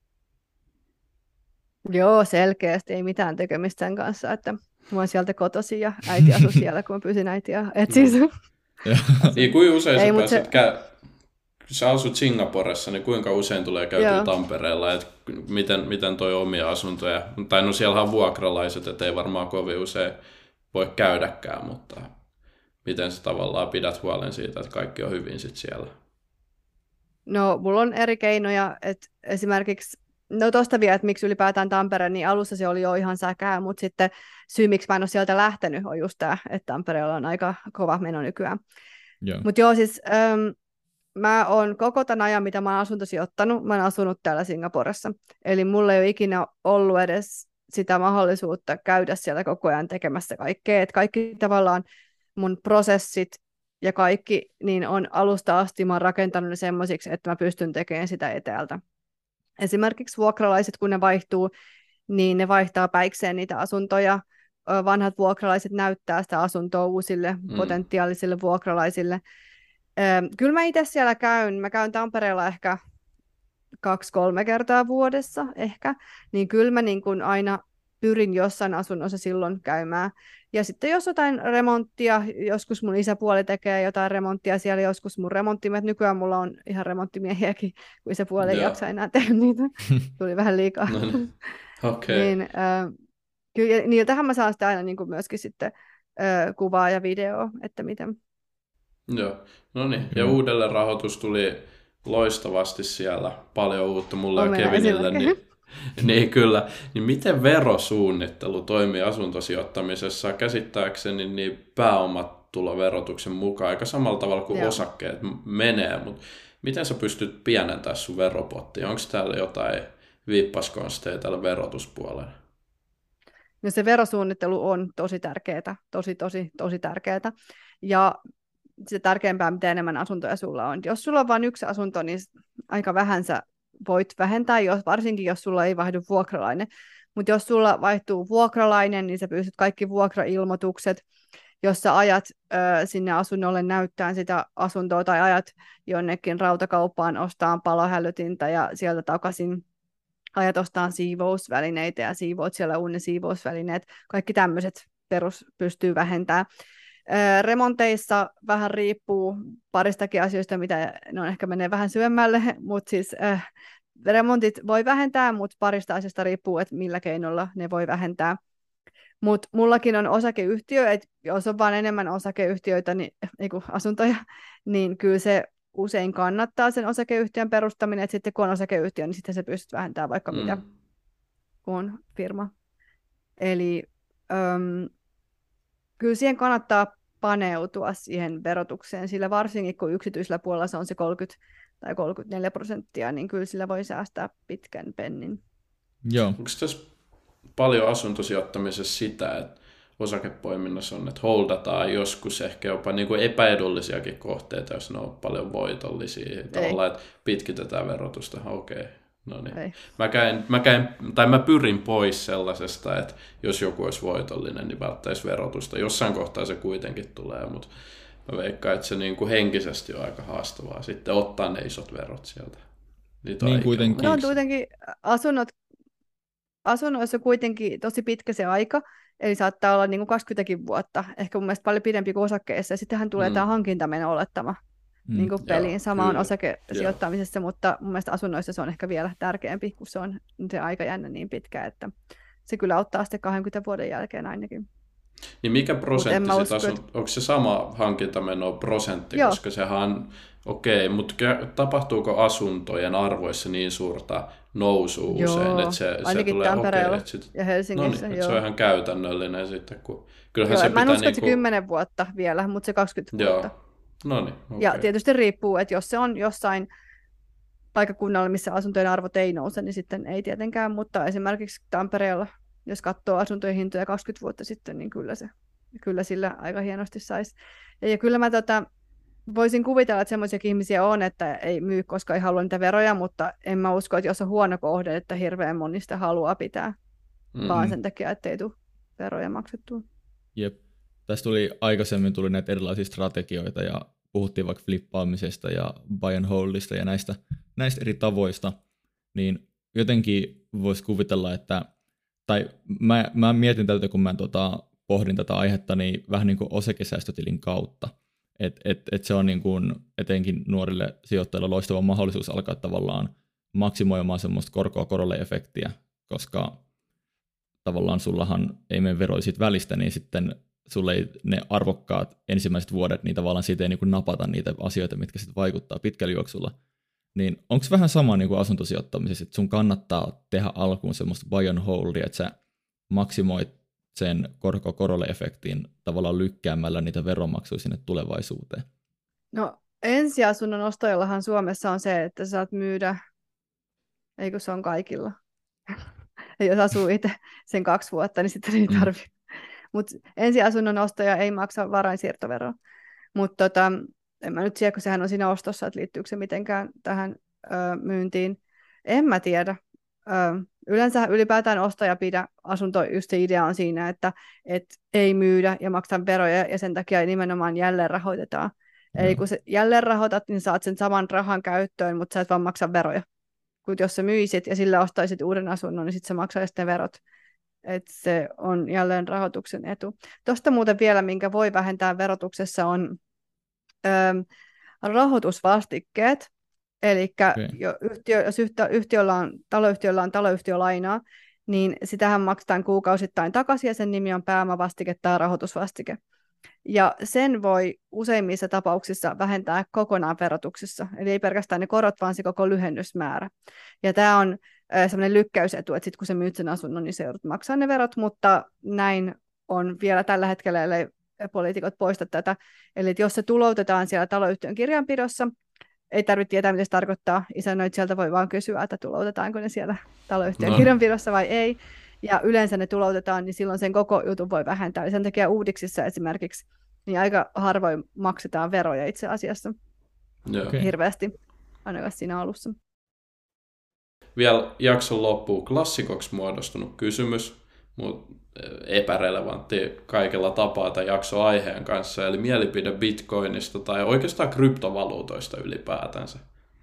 Joo, selkeästi ei mitään tekemistä sen kanssa, että mä oon sieltä kotoisin ja äiti asui siellä, kun mä pyysin äitiä etsiä sen. Niin kuin usein ei, sä pääsit se... kä- sä asut Singaporessa, niin kuinka usein tulee käytyä Joo. Tampereella, että miten, miten toi omia asuntoja, tai no siellähän on vuokralaiset, että ei varmaan kovin usein voi käydäkään, mutta miten sä tavallaan pidät huolen siitä, että kaikki on hyvin sit siellä? No, mulla on eri keinoja, että esimerkiksi, no tosta vielä, että miksi ylipäätään Tampere, niin alussa se oli jo ihan säkää, mutta sitten syy, miksi mä en ole sieltä lähtenyt, on just tämä, että Tampereella on aika kova meno nykyään. Yeah. Mutta joo, siis ähm, mä oon koko tämän ajan, mitä mä oon asuntosijoittanut, mä oon asunut täällä Singaporessa. Eli mulla ei ole ikinä ollut edes sitä mahdollisuutta käydä siellä koko ajan tekemässä kaikkea. Et kaikki tavallaan mun prosessit ja kaikki niin on alusta asti mä oon rakentanut ne semmoisiksi, että mä pystyn tekemään sitä etäältä. Esimerkiksi vuokralaiset, kun ne vaihtuu, niin ne vaihtaa päikseen niitä asuntoja. Vanhat vuokralaiset näyttää sitä asuntoa uusille mm. potentiaalisille vuokralaisille. Kyllä mä itse siellä käyn. Mä käyn Tampereella ehkä kaksi-kolme kertaa vuodessa ehkä. Niin kyllä mä niin kuin aina pyrin jossain asunnossa silloin käymään. Ja sitten jos jotain remonttia, joskus mun isäpuoli tekee jotain remonttia siellä, joskus mun remonttimiehet, nykyään mulla on ihan remonttimiehiäkin, kun isäpuoli ei jaksa enää tehdä niitä. Tuli vähän liikaa. No, no. Okei. Niin, äh, kyllä, niiltähän mä saan sitä aina niin kuin myöskin sitten äh, kuvaa ja video, että miten. Joo, no niin. Ja Kyllä. uudelle rahoitus tuli loistavasti siellä. Paljon uutta mulle ja Omena Kevinille. esimerkkejä. Niin, niin kyllä. Niin miten verosuunnittelu toimii asuntosijoittamisessa? Käsittääkseni niin pääomatuloverotuksen mukaan aika samalla tavalla kuin Joo. osakkeet m- menee, mutta miten sä pystyt pienentämään sun veropottia? Onko täällä jotain viippaskonsteja tällä verotuspuolella? No se verosuunnittelu on tosi tärkeää, tosi, tosi, tosi tärkeää. Ja se tärkeämpää, mitä enemmän asuntoja sulla on. Jos sulla on vain yksi asunto, niin aika vähän sä voit vähentää, jos, varsinkin jos sulla ei vaihdu vuokralainen. Mutta jos sulla vaihtuu vuokralainen, niin sä pystyt kaikki vuokrailmoitukset, jos sä ajat ö, sinne asunnolle näyttää sitä asuntoa tai ajat jonnekin rautakauppaan ostaan palohälytintä ja sieltä takaisin ajat ostaa siivousvälineitä ja siivoat siellä unne siivousvälineet. Kaikki tämmöiset perus pystyy vähentämään. Remonteissa vähän riippuu paristakin asioista, mitä ne on ehkä menee vähän syömmälle, mutta siis äh, remontit voi vähentää, mutta parista asiasta riippuu, että millä keinolla ne voi vähentää. Mutta mullakin on osakeyhtiö, että jos on vaan enemmän osakeyhtiöitä, niin, ei kun asuntoja, niin kyllä se usein kannattaa sen osakeyhtiön perustaminen, että sitten kun on osakeyhtiö, niin sitten se pystyt vähentämään vaikka mm. mitä, kun on firma. Eli äm, kyllä siihen kannattaa paneutua siihen verotukseen, sillä varsinkin kun yksityisellä puolella se on se kolmekymmentä tai kolmekymmentäneljä prosenttia, niin kyllä sillä voi säästää pitkän pennin. Joo. Onko tässä paljon asuntosijoittamisessa sitä, että osakepoiminnassa on, että holdataan joskus ehkä jopa niin kuin epäedullisiakin kohteita, jos ne on paljon voitollisia, tavallaan, että pitkitetään verotusta, okei. Okay. No niin. Mä, käyn, mä, käyn, tai mä pyrin pois sellaisesta, että jos joku olisi voitollinen, niin välttäisi verotusta. Jossain kohtaa se kuitenkin tulee, mutta mä veikkaan, että se niin kuin henkisesti on aika haastavaa sitten ottaa ne isot verot sieltä. Niitä niin kuitenkin. No kuitenkin asunnot, asunnoissa kuitenkin tosi pitkä se aika, eli saattaa olla niin kuin kaksikymmentä vuotta, ehkä mun mielestä paljon pidempi kuin osakkeessa, ja sittenhän tulee mm. tämä hankintameno olettama. Mm. Niin kuin peliin. Joo, sama kyllä. On osakesijoittamisessa, mutta mun mielestä asunnoissa se on ehkä vielä tärkeämpi, kun se on se aika jännä niin pitkä, että se kyllä auttaa sitten kaksikymmentä vuoden jälkeen ainakin. Niin mikä prosentti usko, asun... että... onko se sama hankintameno prosentti, Joo. koska sehän, okei, okay, mutta tapahtuuko asuntojen arvoissa niin suurta nousua usein, että se, se tulee Tampereella okay, sit... ja Helsingissä. No niin, se on ihan käytännöllinen sitten, kun kyllähän Joo, se mä en usko, niinku... että se kymmenen vuotta vielä, mutta se kaksikymmentä Joo. vuotta. Noniin, okay. Ja tietysti riippuu, että jos se on jossain paikkakunnalla, missä asuntojen arvot ei nouse, niin sitten ei tietenkään, mutta esimerkiksi Tampereella, jos katsoo asuntojen hintoja kaksikymmentä vuotta sitten, niin kyllä, se, kyllä sillä aika hienosti saisi. Ja, ja kyllä mä tota, voisin kuvitella, että semmoisiakin ihmisiä on, että ei myy, koska ei halua niitä veroja, mutta en mä usko, että jos on huono kohde, että hirveän moni sitä haluaa pitää, mm-hmm. vaan sen takia, ettei tule veroja maksettua. Jep. Tässä tuli aikaisemmin tuli näitä erilaisia strategioita ja puhuttiin vaikka flippaamisesta ja buy and holdista ja näistä, näistä eri tavoista, niin jotenkin voisi kuvitella, että, tai mä, mä mietin tätä, kun mä tota, pohdin tätä aihetta, niin vähän niin kuin osakesäästötilin kautta, että et, et se on niin kuin etenkin nuorille sijoittajille loistava mahdollisuus alkaa tavallaan maksimoimaan semmoista korkoa korolle efektiä, koska tavallaan sullahan ei mene veroja siitä välistä, niin sitten sulle ei ne arvokkaat ensimmäiset vuodet, niin tavallaan siitä ei niin kuin napata niitä asioita, mitkä sitten vaikuttaa pitkällä juoksulla. Niin onko vähän sama niin kuin asuntosijoittamisessa, että sun kannattaa tehdä alkuun semmoista buy and holdia, että sä maksimoit sen korko-korolle-efektin tavallaan lykkäämällä niitä veronmaksuja sinne tulevaisuuteen? No ensiasunnon ostajallahan Suomessa on se, että sä saat myydä, eikö se on kaikilla. Ja jos asuu itse sen kaksi vuotta, niin sitten ei tarvitse. Mm. Mutta ensiasunnon ostaja ei maksa varainsiirtoveroa. Mutta tota, en mä nyt tiedä, kun sehän on siinä ostossa, että liittyykö se mitenkään tähän ö, myyntiin. En mä tiedä. Ö, yleensä ylipäätään ostaja pidä asunto, just se idea on siinä, että et ei myydä ja maksaa veroja ja sen takia nimenomaan jälleen rahoitetaan. No. Eli kun se jälleen rahoitat, niin saat sen saman rahan käyttöön, mutta sä et vaan maksa veroja. Kun jos sä myisit ja sillä ostaisit uuden asunnon, niin sitten sä maksaisit ne verot. Että se on jälleen rahoituksen etu. Tuosta muuten vielä, minkä voi vähentää verotuksessa, on ö, rahoitusvastikkeet. Eli okay. jo yhtiö, jos yhtiö, yhtiöllä on, taloyhtiöllä on taloyhtiölainaa, niin sitähän maksetaan kuukausittain takaisin ja sen nimi on pääomavastike tai rahoitusvastike. Ja sen voi useimmissa tapauksissa vähentää kokonaan verotuksessa. Eli ei pelkästään ne korot, vaan se koko lyhennysmäärä. Ja tämä on sellainen lykkäysetu, että sitten kun sä myyt sen asunnon, niin se joudut maksaa ne verot, mutta näin on vielä tällä hetkellä, ellei poliitikot poista tätä. Eli jos se tuloutetaan siellä taloyhtiön kirjanpidossa, ei tarvitse tietää, mitä se tarkoittaa. Isännöitsijältä voi vaan kysyä, että tuloutetaanko ne siellä taloyhtiön no. kirjanpidossa vai ei. Ja yleensä ne tuloutetaan, niin silloin sen koko jutun voi vähentää. Eli sen takia uudiksissa esimerkiksi niin aika harvoin maksetaan veroja itse asiassa okay. hirveästi, ainakaan siinä alussa. Vielä jakson loppuun klassikoksi muodostunut kysymys, mutta epärelevantti kaikella tapaa tämän jakson aiheen kanssa, eli mielipide Bitcoinista tai oikeastaan kryptovaluutoista ylipäätänsä.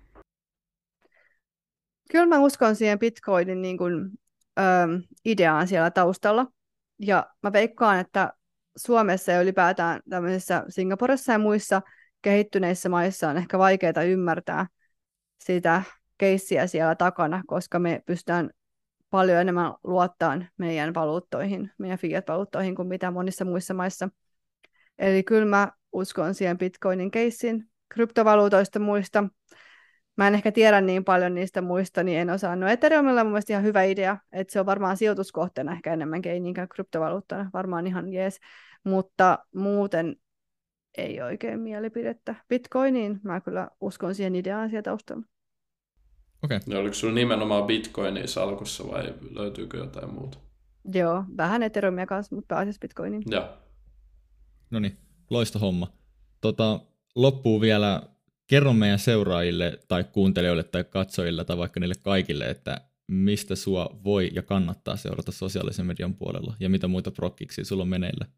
Kyllä mä uskon siihen Bitcoinin niin kuin, ö, ideaan siellä taustalla, ja mä veikkaan, että Suomessa ja ylipäätään tämmöisissä Singaporessa ja muissa kehittyneissä maissa on ehkä vaikeaa ymmärtää sitä keissiä siellä takana, koska me pystytään paljon enemmän luottamaan meidän valuuttoihin, meidän fiat-valuuttoihin kuin mitä monissa muissa maissa. Eli kyllä mä uskon siihen Bitcoinin keissiin. Kryptovaluutoista muista. Mä en ehkä tiedä niin paljon niistä muista, niin en osaa. No Ethereumilla on mun mielestä ihan hyvä idea, että se on varmaan sijoituskohteena ehkä enemmänkin, ei niinkään kryptovaluuttana, varmaan ihan jees. Mutta muuten ei oikein mielipidettä. Bitcoiniin mä kyllä uskon siihen ideaan siellä taustalla. Okei. Okay. Oliko sinulla nimenomaan Bitcoinia salkussa vai löytyykö jotain muuta? Joo, vähän Ethereumia kanssa, mutta pääasiassa Bitcoiniin. Joo. No niin, loista homma. Tota, loppuu vielä, kerro meidän seuraajille tai kuuntelijoille tai katsojille tai vaikka niille kaikille, että mistä sua voi ja kannattaa seurata sosiaalisen median puolella ja mitä muita prokkiksi sulla on meneillä?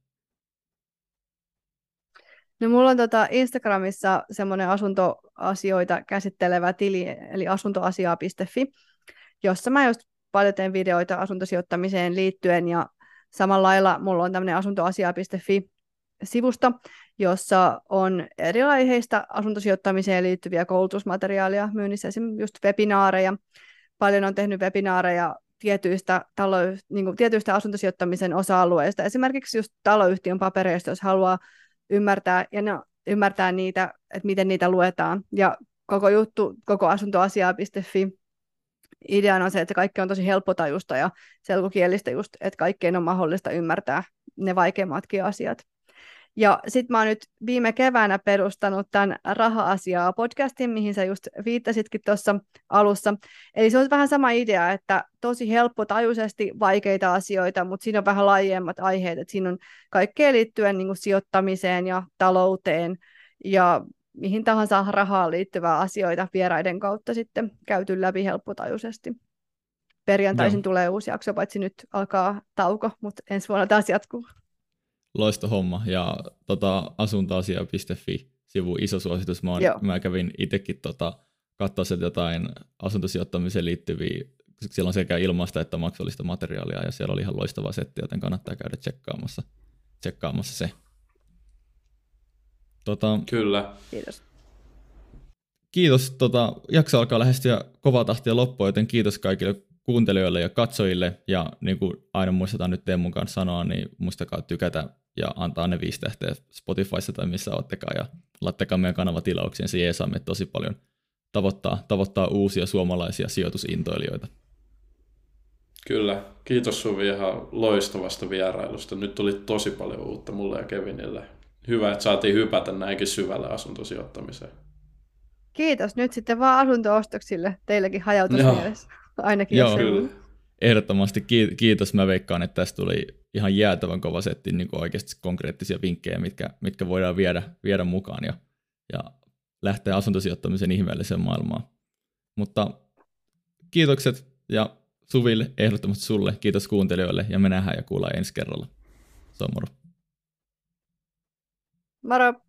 No mulla on tota Instagramissa semmoinen asuntoasioita käsittelevä tili, eli asuntoasiaa piste fi, jossa mä just paljon teen videoita asuntosijoittamiseen liittyen, ja samalla lailla mulla on tämmöinen asuntoasiaa piste fi-sivusto, jossa on erilaisista asuntosijoittamiseen liittyviä koulutusmateriaalia myynnissä, esimerkiksi just webinaareja. Paljon on tehnyt webinaareja tietyistä, talo, niin kuin tietyistä asuntosijoittamisen osa-alueista, esimerkiksi just taloyhtiön papereista, jos haluaa ymmärtää, ja no, ymmärtää niitä, että miten niitä luetaan. Ja koko juttu, koko asuntoasiaa piste fi, ideana on se, että kaikki on tosi helppotajusta ja selkokielistä just, että kaikkeen on mahdollista ymmärtää ne vaikeimmatkin asiat. Ja sitten mä oon nyt viime keväänä perustanut tämän Raha-asiaa podcastin, mihin sä just viittasitkin tuossa alussa. Eli se on vähän sama idea, että tosi helppotajuisesti vaikeita asioita, mutta siinä on vähän laajemmat aiheet, että siinä on kaikkea liittyen niin kuin sijoittamiseen ja talouteen ja mihin tahansa rahaan liittyvää asioita vieraiden kautta sitten käyty läpi helppotajuisesti. Perjantaisin no. tulee uusi jakso, paitsi nyt alkaa tauko, mutta ensi vuonna taas jatkuu. Loista homma. Ja tota, asuntoasia piste fi-sivu, iso suositus. Mä, on, mä kävin itsekin tota, katsoa sieltä jotain asuntosijoittamiseen liittyviä, siellä on sekä ilmaista että maksullista materiaalia, ja siellä oli ihan loistava setti, joten kannattaa käydä tsekkaamassa, tsekkaamassa se. Tota, Kyllä. Kiitos. Kiitos. Tota, jakso alkaa lähestyä kovaa tahtia loppua, joten kiitos kaikille kuuntelijoille ja katsojille. Ja niin kuin aina muistetaan nyt Teemun kanssa sanoa, niin muistakaa tykätä ja antaa ne viisi tähteä Spotifyssa tai missä oottekaan. Ja laittakaa meidän kanavatilauksiin, se jeesaa meitä tosi paljon tavoittaa, tavoittaa uusia suomalaisia sijoitusintoilijoita. Kyllä. Kiitos Suvi ihan loistavasta vierailusta. Nyt tuli tosi paljon uutta mulle ja Kevinille. Hyvä, että saatiin hypätä näinkin syvälle asuntosijoittamiseen. Kiitos. Nyt sitten vaan asuntoostoksille teillekin hajautusmielessä. Ainakin Joo, kyllä. Ehdottomasti kiitos. Mä veikkaan, että tästä tuli ihan jäätävän kova setti niin kuin oikeasti konkreettisia vinkkejä, mitkä, mitkä voidaan viedä, viedä mukaan ja, ja lähteä asuntosijoittamisen ihmeelliseen maailmaan. Mutta kiitokset ja Suville, ehdottomasti sulle, kiitos kuuntelijoille ja me nähdään ja kuullaan ensi kerralla. Se on moro. Moro!